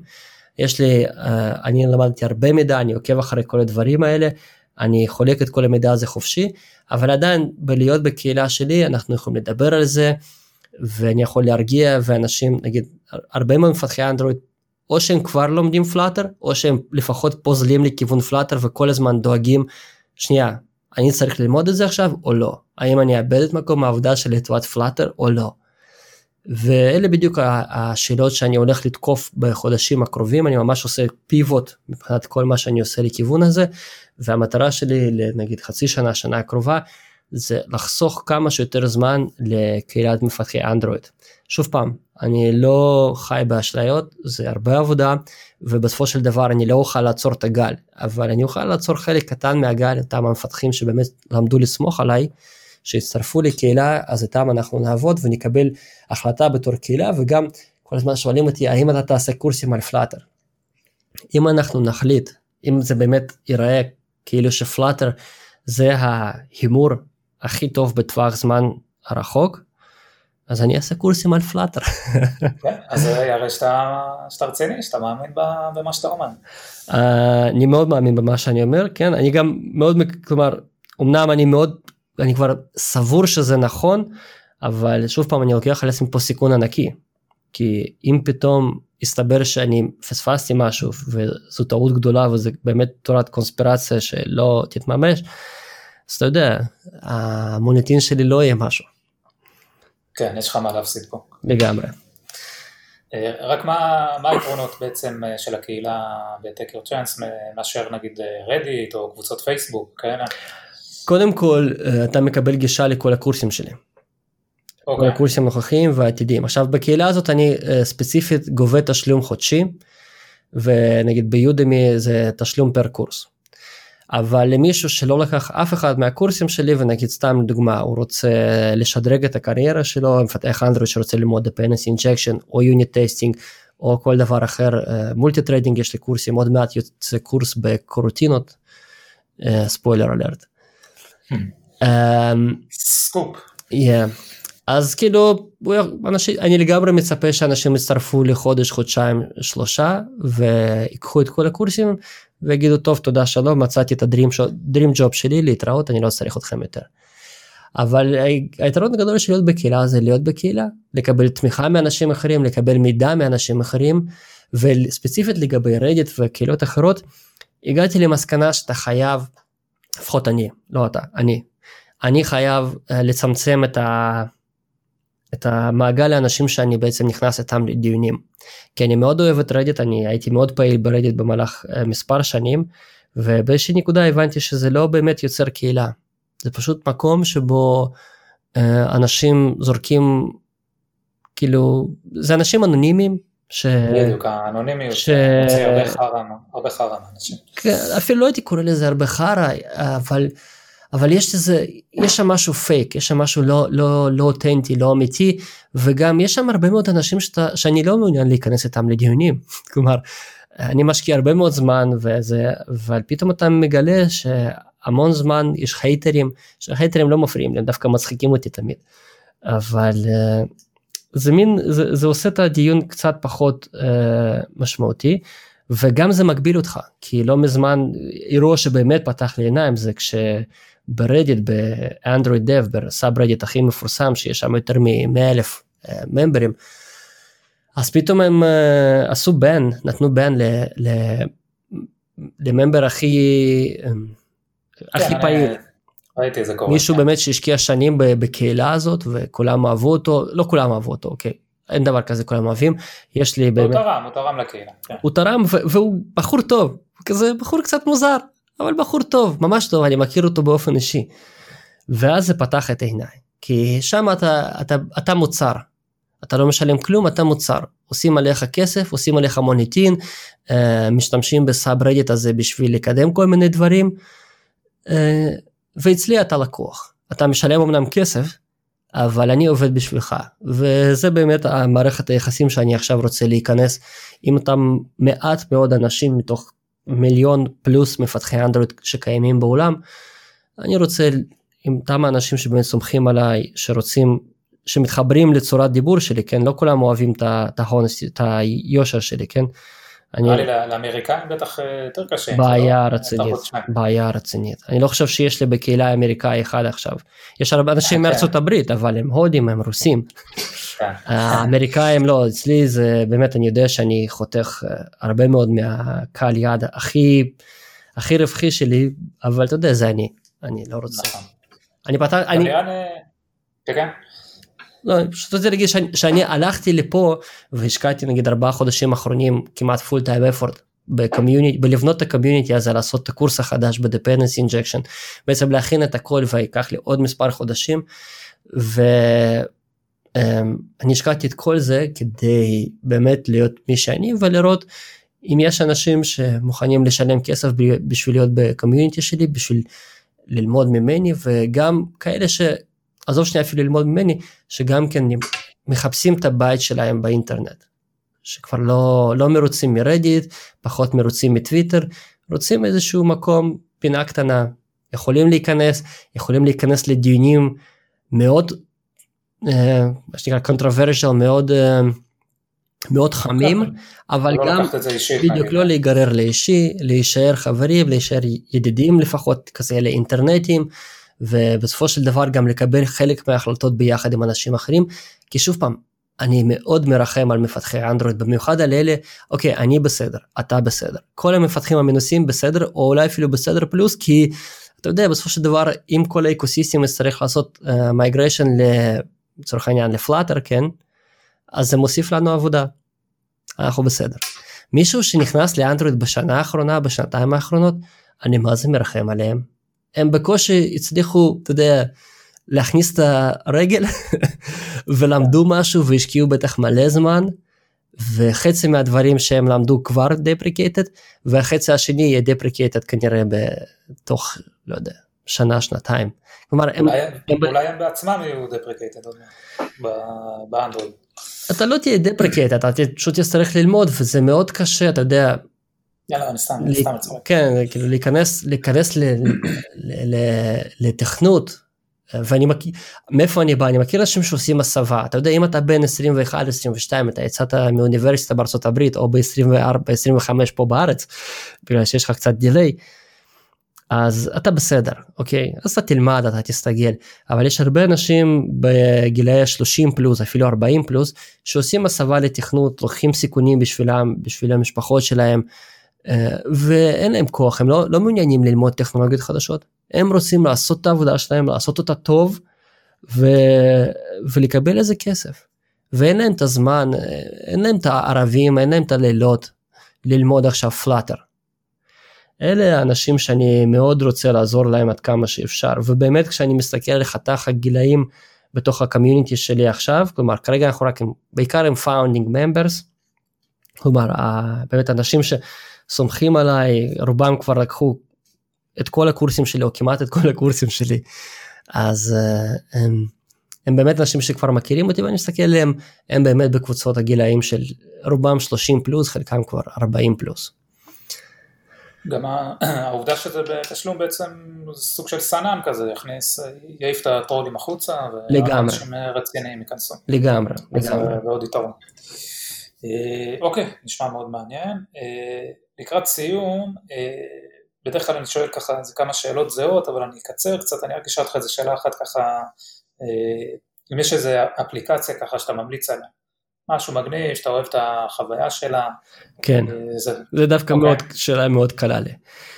אני למדתי הרבה מידע, אני עוקב אחרי כל הדברים האלה, אני חולק את כל המידע הזה חופשי, אבל עדיין בלהיות בקהילה שלי אנחנו יכולים לדבר על זה, ואני יכול להרגיע, ואנשים, נגיד, הרבה מפתחי אנדרואיד, או שהם כבר לומדים פלאטר, או שהם לפחות פוזלים לכיוון פלאטר, וכל הזמן דואגים, שנייה, אני צריך ללמוד את זה עכשיו או לא? האם אני אאבד את מקום העבודה שלי לטובת פלאטר או לא? ואלה בדיוק השאלות שאני הולך לתקוף בחודשים הקרובים, אני ממש עושה פיבוט מבחינת כל מה שאני עושה לכיוון הזה, והמטרה שלי נגיד חצי שנה, שנה הקרובה, זה לחסוך כמה שיותר זמן לקהילת מפתחי אנדרואיד. שוב פעם, אני לא חי באשליות, זה הרבה עבודה, ובסופו של דבר אני לא אוכל לעצור את הגל, אבל אני אוכל לעצור חלק קטן מהגל, אותם המפתחים שבאמת למדו לסמוך עליי, שהצטרפו לקהילה, אז איתם אנחנו נעבוד ונקבל החלטה בתור קהילה, וגם כל הזמן שואלים אותי, האם אתה תעשה קורסים על פלאטר? אם אנחנו נחליט, אם זה באמת ייראה כאילו שפלאטר זה ההימור הכי טוב בטווח זמן הרחוק, אז אני אעשה קורסים על פלאטר. כן, אז זה יראה שאתה רציני, שאתה מאמין במה שאתה אומר. אני מאוד מאמין במה שאני אומר, כן, אני גם מאוד, כלומר, אמנם אני כבר סבור שזה נכון, אבל שוב פעם אני לוקח על עצמי פה סיכון ענקי, כי אם פתאום יסתבר שאני פספסתי משהו, וזו טעות גדולה, וזה באמת תורת קונספירציה שלא תתממש, אז אתה יודע, המוניטין שלי לא יהיה משהו. כן, יש לך מה להפסיד פה. לגמרי. רק מה היתרונות בעצם של הקהילה ב-Take Your Chance, מאשר נגיד רדיט או קבוצות פייסבוק, כאלה? קודם כל, אתה מקבל גישה לכל הקורסים שלי. כל הקורסים נוכחים ועתידיים. עכשיו, בקהילה הזאת אני ספציפית גובה תשלום חודשי, ונגיד ביודמי זה תשלום פר קורס. אבל למישהו שלא לקח אף אחד מהקורסים שלי, ונגיד סתם דוגמה, הוא רוצה לשדרג את הקריירה שלו, מפתח אנדרואיד שרוצה ללמוד dependency injection, או unit testing, או כל דבר אחר, מולטי טריידינג, יש לי קורסים, עוד מעט יוצא קורס בקורוטינות, ספוילר אלרט. סקופ. אז כאילו, אני לגמרי מצפה שאנשים יצטרפו לחודש, חודשיים, 3, ויקחו את כל הקורסים, ויגידו, טוב, תודה, שלום, מצאתי את הדרים ג'וב שלי, להתראות, אני לא צריך אתכם יותר. אבל היתרון הגדול של להיות בקהילה, זה להיות בקהילה, לקבל תמיכה מאנשים אחרים, לקבל מידע מאנשים אחרים, וספציפית לגבי רדיט וקהילות אחרות, הגעתי למסקנה שאתה חייב, לפחות אני חייב לצמצם את המעגל האנשים שאני בעצם נכנס איתם לדיונים, כי אני מאוד אוהב את רדיט, אני הייתי מאוד פעיל ברדיט במהלך מספר שנים, ובאיזושהי נקודה הבנתי שזה לא באמת יוצר קהילה, זה פשוט מקום שבו אנשים זורקים, כאילו, זה אנשים אנונימיים, בדיוק, האנונימיות, מוציא הרבה חרא מאנשים. אפילו לא הייתי קורא לזה הרבה חרא, אבל יש שם משהו פייק, יש שם משהו לא אותנטי, לא אמיתי, וגם יש שם הרבה מאוד אנשים שאני לא מעוניין להיכנס איתם לדיונים, כלומר, אני משקיע הרבה מאוד זמן, אבל פתאום אתה מגלה שהמון זמן יש חייטרים, שהחייטרים לא מפריעים, הם דווקא מצחיקים אותי תמיד, אבל זה עושה את הדיון קצת פחות משמעותי, וגם זה מגביל אותך, כי לא מזמן אירוע שבאמת פתח לי עיניים, זה ברדיט, באנדרואיד דב, בסאב רדיט הכי מפורסם, שיש שם יותר מ100,000 ממברים, אז פתאום הם עשו בן, נתנו בן לממבר הכי פעיל. מישהו באמת שהשקיע שנים בקהילה הזאת, וכולם אהבו אותו, לא כולם אהבו אותו, אוקיי, אין דבר כזה, כולם אוהבים, יש לי באמת... הוא תרם לקהילה. הוא תרם, והוא בחור טוב, כזה בחור קצת מוזר, אבל בחור טוב, ממש טוב, אני מכיר אותו באופן אישי. ואז זה פתח את עיניי, כי שם אתה מוצר, אתה לא משלם כלום, אתה מוצר, עושים עליך כסף, עושים עליך מוניטין, משתמשים בסאב רדיט הזה בשביל לקדם כל מיני דברים, ואצלי אתה לקוח, אתה משלם אמנם כסף, אבל אני עובד בשבילך, וזה באמת המערכת היחסים שאני עכשיו רוצה להיכנס, עם אותם מעט מאוד אנשים מתוך 1,000,000 פלוס מפתחי אנדרואיד שקיימים בעולם, אני רוצה עם אותם האנשים שבאמת סומכים עליי, שמתחברים לצורת דיבור שלי, כן, לא כולם אוהבים את היושר שלי, כן, נראה לי לאמריקאים בטח יותר קשה. בעיה רצינית. אני לא חושב שיש לי בקהילה האמריקאי אחד עכשיו. יש הרבה אנשים מארצות הברית, אבל הם הודים, הם רוסים. האמריקאים לא, אצלי זה באמת, אני יודע שאני חותך הרבה מאוד מהקהל יעד הכי רווחי שלי, אבל אתה יודע, זה אני לא רוצה. כן. לא, פשוט רוצה להגיד שאני הלכתי לפה והשקעתי נגיד 4 חודשים אחרונים כמעט full time effort בלבנות את הקומיוניטי הזה, לעשות את הקורס החדש ב-dependency injection, בעצם להכין את הכל, ויקח לי עוד מספר חודשים, ואני השקעתי את כל זה כדי באמת להיות מי שאני, ולראות אם יש אנשים שמוכנים לשלם כסף בשביל להיות בקומיוניטי שלי, בשביל ללמוד ממני, וגם כאלה עזוב שנייה אפילו ללמוד ממני, שגם כן מחפשים את הבית שלהם באינטרנט, שכבר לא מרוצים מרדיט, פחות מרוצים מטוויטר, רוצים איזשהו מקום, פינה קטנה, יכולים להיכנס לדיונים מאוד, מה שנקרא controversial, מאוד חמים, אבל גם בדיוק לא להיגרר לאישי, להישאר חברים, להישאר ידידים לפחות, כזה לאינטרנטים, ובסופו של דבר גם לקבל חלק מההחלטות ביחד עם אנשים אחרים, כי שוב פעם, אני מאוד מרחם על מפתחי אנדרואיד, במיוחד על אלה, אוקיי, אני בסדר, אתה בסדר, כל המפתחים המנוסים בסדר, או אולי אפילו בסדר פלוס, כי אתה יודע, בסופו של דבר, אם כל האקוסיסטם צריך לעשות מייגריישן לצורך העניין לפלאטר, כן, אז זה מוסיף לנו עבודה, אנחנו בסדר. מישהו שנכנס לאנדרואיד בשנה האחרונה, בשנתיים האחרונות, אני מה זה מרחם עליהם, הם בקושי הצליחו, אתה יודע, להכניס את הרגל, ולמדו משהו, והשקיעו בטח מלא זמן, וחצי מהדברים שהם למדו כבר deprecated, והחצי השני יהיה deprecated כנראה בתוך, לא יודע, שנה, שנתיים. כלומר, אולי הם בעצמם יהיו deprecated באנדרואיד. אתה לא תהיה deprecated, אתה פשוט תצטרך ללמוד, וזה מאוד קשה, אתה יודע. יאללה, אני סתם אצלך. כן, כאילו להיכנס לתכנות, ואני מכיר, מאיפה אני בא? אני מכיר אנשים שעושים הסבה, אתה יודע, אם אתה בין 21-22, אתה יצאת מאוניברסיטה בארצות הברית, או ב-24-25 פה בארץ, בגלל שיש לך קצת דילי, אז אתה בסדר, אוקיי? אז אתה תלמד, אתה תסתגל, אבל יש הרבה אנשים בגילאי 30 פלוס, אפילו 40 פלוס, שעושים הסבה לתכנות, לוקחים סיכונים בשביל המשפחות שלהם, ואין להם כוח, הם לא מעוניינים ללמוד טכנולוגיות חדשות, הם רוצים לעשות את העבודה שלהם, לעשות אותה טוב, ולקבל איזה כסף, ואין להם את הזמן, אין להם את הערבים, אין להם את הלילות, ללמוד עכשיו פלאטר. אלה האנשים שאני מאוד רוצה לעזור להם עד כמה שאפשר, ובאמת כשאני מסתכל על חתך הגילאים, בתוך הקומיוניטי שלי עכשיו, כלומר כרגע אנחנו רק בעיקר עם founding members, כלומר באמת אנשים סומכים עליי, רובם כבר לקחו את כל הקורסים שלי, או כמעט את כל הקורסים שלי, אז הם באמת אנשים שכבר מכירים אותי, ואני מסתכל עליהם, הם באמת בקבוצות הגילאים של רובם 30 פלוס, חלקם כבר 40 פלוס. גם העובדה שזה בתשלום בעצם סוג של סנן כזה, יעיף את הטרולים החוצה, ואנשים רציניים ייכנסו. לגמרי. ועוד יתרון. אוקיי, נשמע מאוד מעניין. לקראת סיום, בדרך כלל אני שואל ככה, זה כמה שאלות זהות, אבל אני אקצר קצת, אני רק אשאל אותך איזה שאלה אחת ככה, אם יש איזו אפליקציה ככה שאתה ממליץ עליה, משהו מגניב, שאתה אוהב את החוויה שלה. כן, זה דווקא שאלה מאוד קלה לי.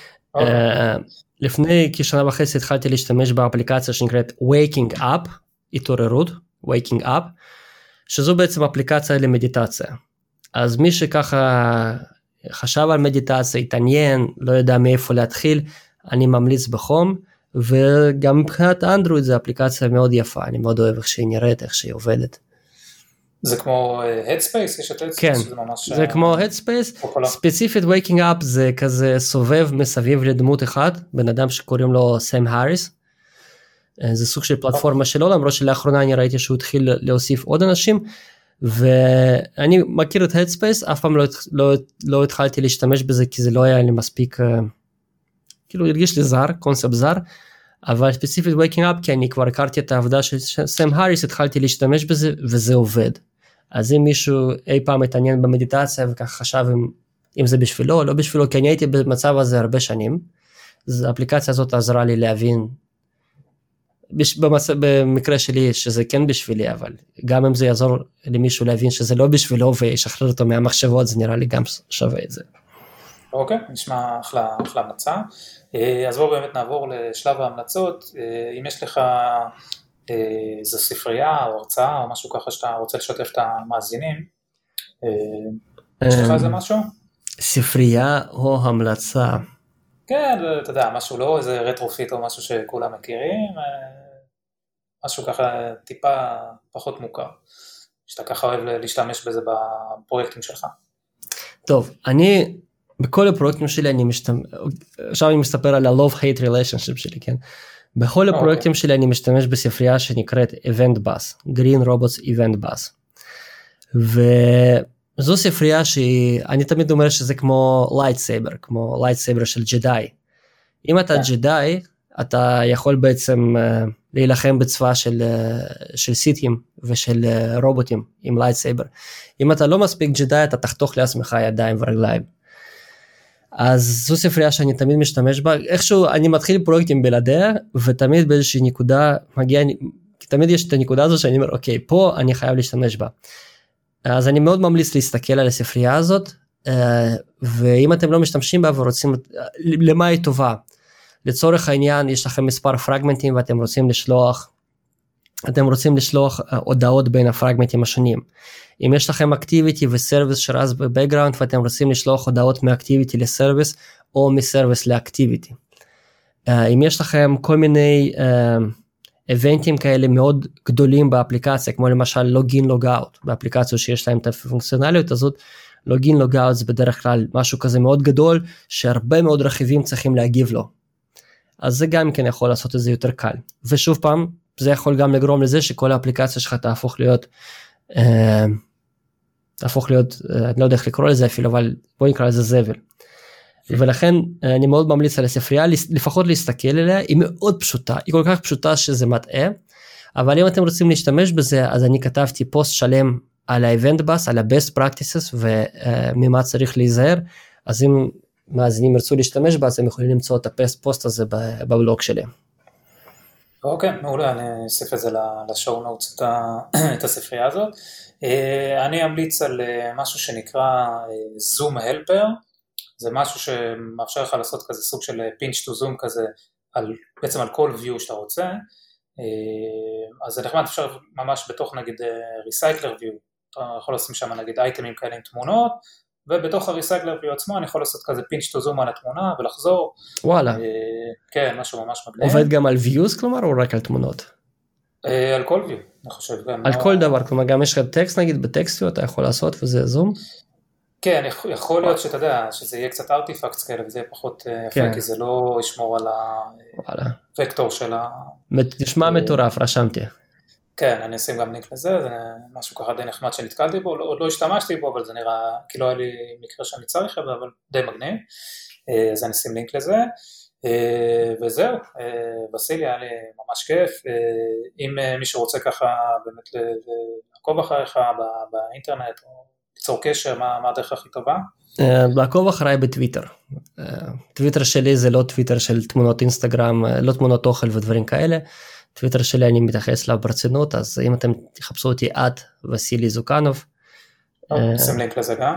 לפני כשנה וחצי התחלתי להשתמש באפליקציה שנקראת Waking Up, התעוררות, Waking Up, שזו בעצם אפליקציה למדיטציה. אז מי שככה חשב על מדיטציה, התעניין, לא יודע מאיפה להתחיל, אני ממליץ בחום, וגם מבחינת אנדרואיד זו אפליקציה מאוד יפה, אני מאוד אוהב איך שהיא נראית, איך שהיא עובדת. זה כמו Headspace? יש את Headspace? כן, זה כמו Headspace, ספציפית Waking Up זה כזה סובב מסביב לדמות אחד, בן אדם שקוראים לו סם האריס, זה סוג של פלטפורמה שלו, למרות שלאחרונה אני ראיתי שהוא התחיל להוסיף עוד אנשים, ואני מכיר את Headspace, אף פעם לא התחלתי להשתמש בזה, כי זה לא היה לי מספיק, כאילו הרגיש לי זר, קונספט זר, אבל ספציפית Waking Up, כי אני כבר הכרתי את העבודה של סם האריס, התחלתי להשתמש בזה, וזה עובד. אז אם מישהו אי פעם התעניין במדיטציה, וכך חשב אם זה בשבילו או לא בשבילו, כי אני הייתי במצב הזה הרבה שנים, אז האפליקציה הזאת עזרה לי להבין, במקרה שלי שזה כן בשבילי, אבל גם אם זה יעזור למישהו להבין שזה לא בשבילו, וישחרר אותו מהמחשבות, זה נראה לי גם שווה את זה. אוקיי, נשמע אחלה המלצה. אז בואו באמת נעבור לשלב ההמלצות. אם יש לך איזו ספרייה או הרצאה או משהו ככה שאתה רוצה לשתף את המאזינים, יש לך איזה משהו? ספרייה או המלצה? כן, אתה יודע, משהו לא, איזה רטרופיט או משהו שכולם מכירים, משהו ככה טיפה פחות מוכר, שאתה ככה אוהב להשתמש בזה בפרויקטים שלך. טוב, אני בכל הפרויקטים שלי עכשיו אני מספר על ה-love-hate relationship שלי, כן? בכל הפרויקטים שלי אני משתמש בספרייה שנקראת Event Bus, Green Robots Event Bus. וזו ספרייה שאני תמיד אומר שזה כמו lightsaber, כמו lightsaber של ג'די. אם אתה ג'די, אתה יכול בעצם להילחם בצבא של סיטים ושל רובוטים עם lightsaber. אם אתה לא מספיק ג'די, אתה תחתוך לעצמך ידיים ורגליים. אז זו ספרייה שאני תמיד משתמש בה, איכשהו אני מתחיל פרויקטים בלעדיה, ותמיד באיזושהי נקודה מגיע, תמיד יש את הנקודה הזו שאני אומר, אוקיי, פה אני חייב להשתמש בה. אז אני מאוד ממליץ להסתכל על הספרייה הזאת, ואם אתם לא משתמשים בה ורוצים, למה היא טובה? לצורך העניין, יש לכם מספר פרגמנטים ואתם רוצים לשלוח הודעות בין הפרגמנטים השונים. אם יש לכם אקטיביטי וסרוויס שרץ בבקגראונד ואתם רוצים לשלוח הודעות מאקטיביטי לסרוויס או מסרוויס לאקטיביטי. אם יש לכם כל מיני איבנטים כאלה מאוד גדולים באפליקציה, כמו למשל לוגין לוגאוט, באפליקציות שיש להם את הפונקציונליות הזאת, לוגין לוגאוט זה בדרך כלל משהו כזה מאוד גדול, שהרבה מאוד רכיבים צריכים להגיב לו. אז זה גם כן יכול לעשות את זה יותר קל. ושוב פעם, זה יכול גם לגרום לזה שכל האפליקציה שלך תהפוך להיות, אני לא יודע איך לקרוא לזה אפילו, אבל בוא נקרא לזה זבל. ולכן אני מאוד ממליץ על הספרייה, לפחות להסתכל אליה, היא מאוד פשוטה, היא כל כך פשוטה שזה מטעה, אבל אם אתם רוצים להשתמש בזה, אז אני כתבתי פוסט שלם על ה-Event Bus, על ה-Best Practices, וממה צריך להיזהר, אז אם מאזינים ירצו להשתמש בה, אז הם יכולים למצוא את הפוסט הזה בבלוג שלי. אוקיי, מעולה, אני אוסיף את זה לשואו נוטס, את הספרייה הזאת. אני אמליץ על משהו שנקרא Zoom Helper, זה משהו שמאפשר לך לעשות כזה סוג של pinch to zoom כזה, בעצם על כל view שאתה רוצה, אז זה נחמד, אפשר ממש בתוך נגיד recycler view, אתה יכול לשים שם נגיד אייטמים כאלה עם תמונות, ובתוך ה-recycler view עצמו אני יכול לעשות כזה pinch to zoom על התמונה ולחזור. וואלה. כן, משהו ממש מגניב. עובד גם על views כלומר או רק על תמונות? על כל view, אני חושב. על כל דבר, כלומר גם יש לך טקסט נגיד בטקסט אתה יכול לעשות וזה זום? כן, יכול להיות שאתה יודע, שזה יהיה קצת ארטיפקטס כאלה, וזה יהיה פחות יפה, כי זה לא ישמור על הוקטור של ה... נשמע מטורף, רשמתי. כן, אני אשים גם לינק לזה, זה משהו ככה די נחמד שנתקלתי בו, עוד לא השתמשתי בו, אבל זה נראה, כאילו היה לי מקרה שאני צריך, אבל די מגניב, אז אני אשים לינק לזה, וזהו, וסילי, היה לי ממש כיף, אם מישהו רוצה ככה באמת לעקוב אחריך באינטרנט, או ליצור קשר, מה הדרך הכי טובה? לעקוב אחריי בטוויטר. טוויטר שלי זה לא טוויטר של תמונות אינסטגרם, לא תמונות אוכל ודברים כאלה. טוויטר שלי אני מתייחס לה ברצינות, אז אם אתם תחפשו אותי וסילי זוקנוב. שים לינק לזה גם.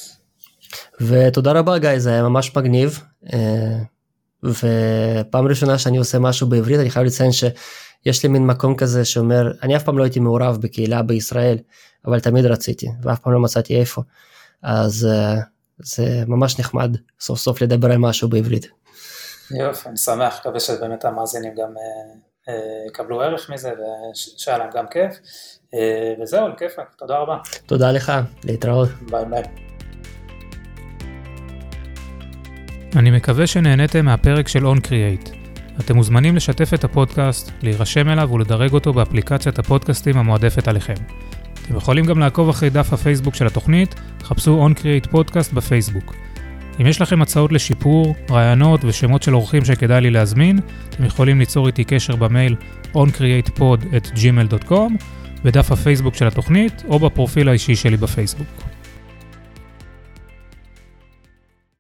ותודה רבה גיא, זה היה ממש מגניב. ופעם ראשונה שאני עושה משהו בעברית, אני חייב לציין שיש לי מין מקום כזה שאומר, אני אף פעם לא הייתי מעורב בקהילה בישראל, אבל תמיד רציתי, ואף פעם לא מצאתי איפה. אז זה ממש נחמד, סוף סוף לדבר על משהו בעברית. יופי, אני שמח, מקווה שבאמת המאזינים גם יקבלו ערך מזה, ושהיה להם גם כיף. וזהו, לכיף, תודה רבה. תודה לך, להתראות. ביי ביי. אני מקווה שנהניתם מהפרק של OnCreate. אתם מוזמנים לשתף את הפודקאסט, להירשם אליו ולדרג אותו באפליקציית הפודקאסטים המועדפת עליכם. אתם יכולים גם לעקוב אחרי דף הפייסבוק של התוכנית, חפשו OnCreate פודקאסט בפייסבוק. אם יש לכם הצעות לשיפור, רעיונות ושמות של אורחים שכדאי לי להזמין, אתם יכולים ליצור איתי קשר במייל oncreatepod@gmail.com, בדף הפייסבוק של התוכנית או בפרופיל האישי שלי בפייסבוק.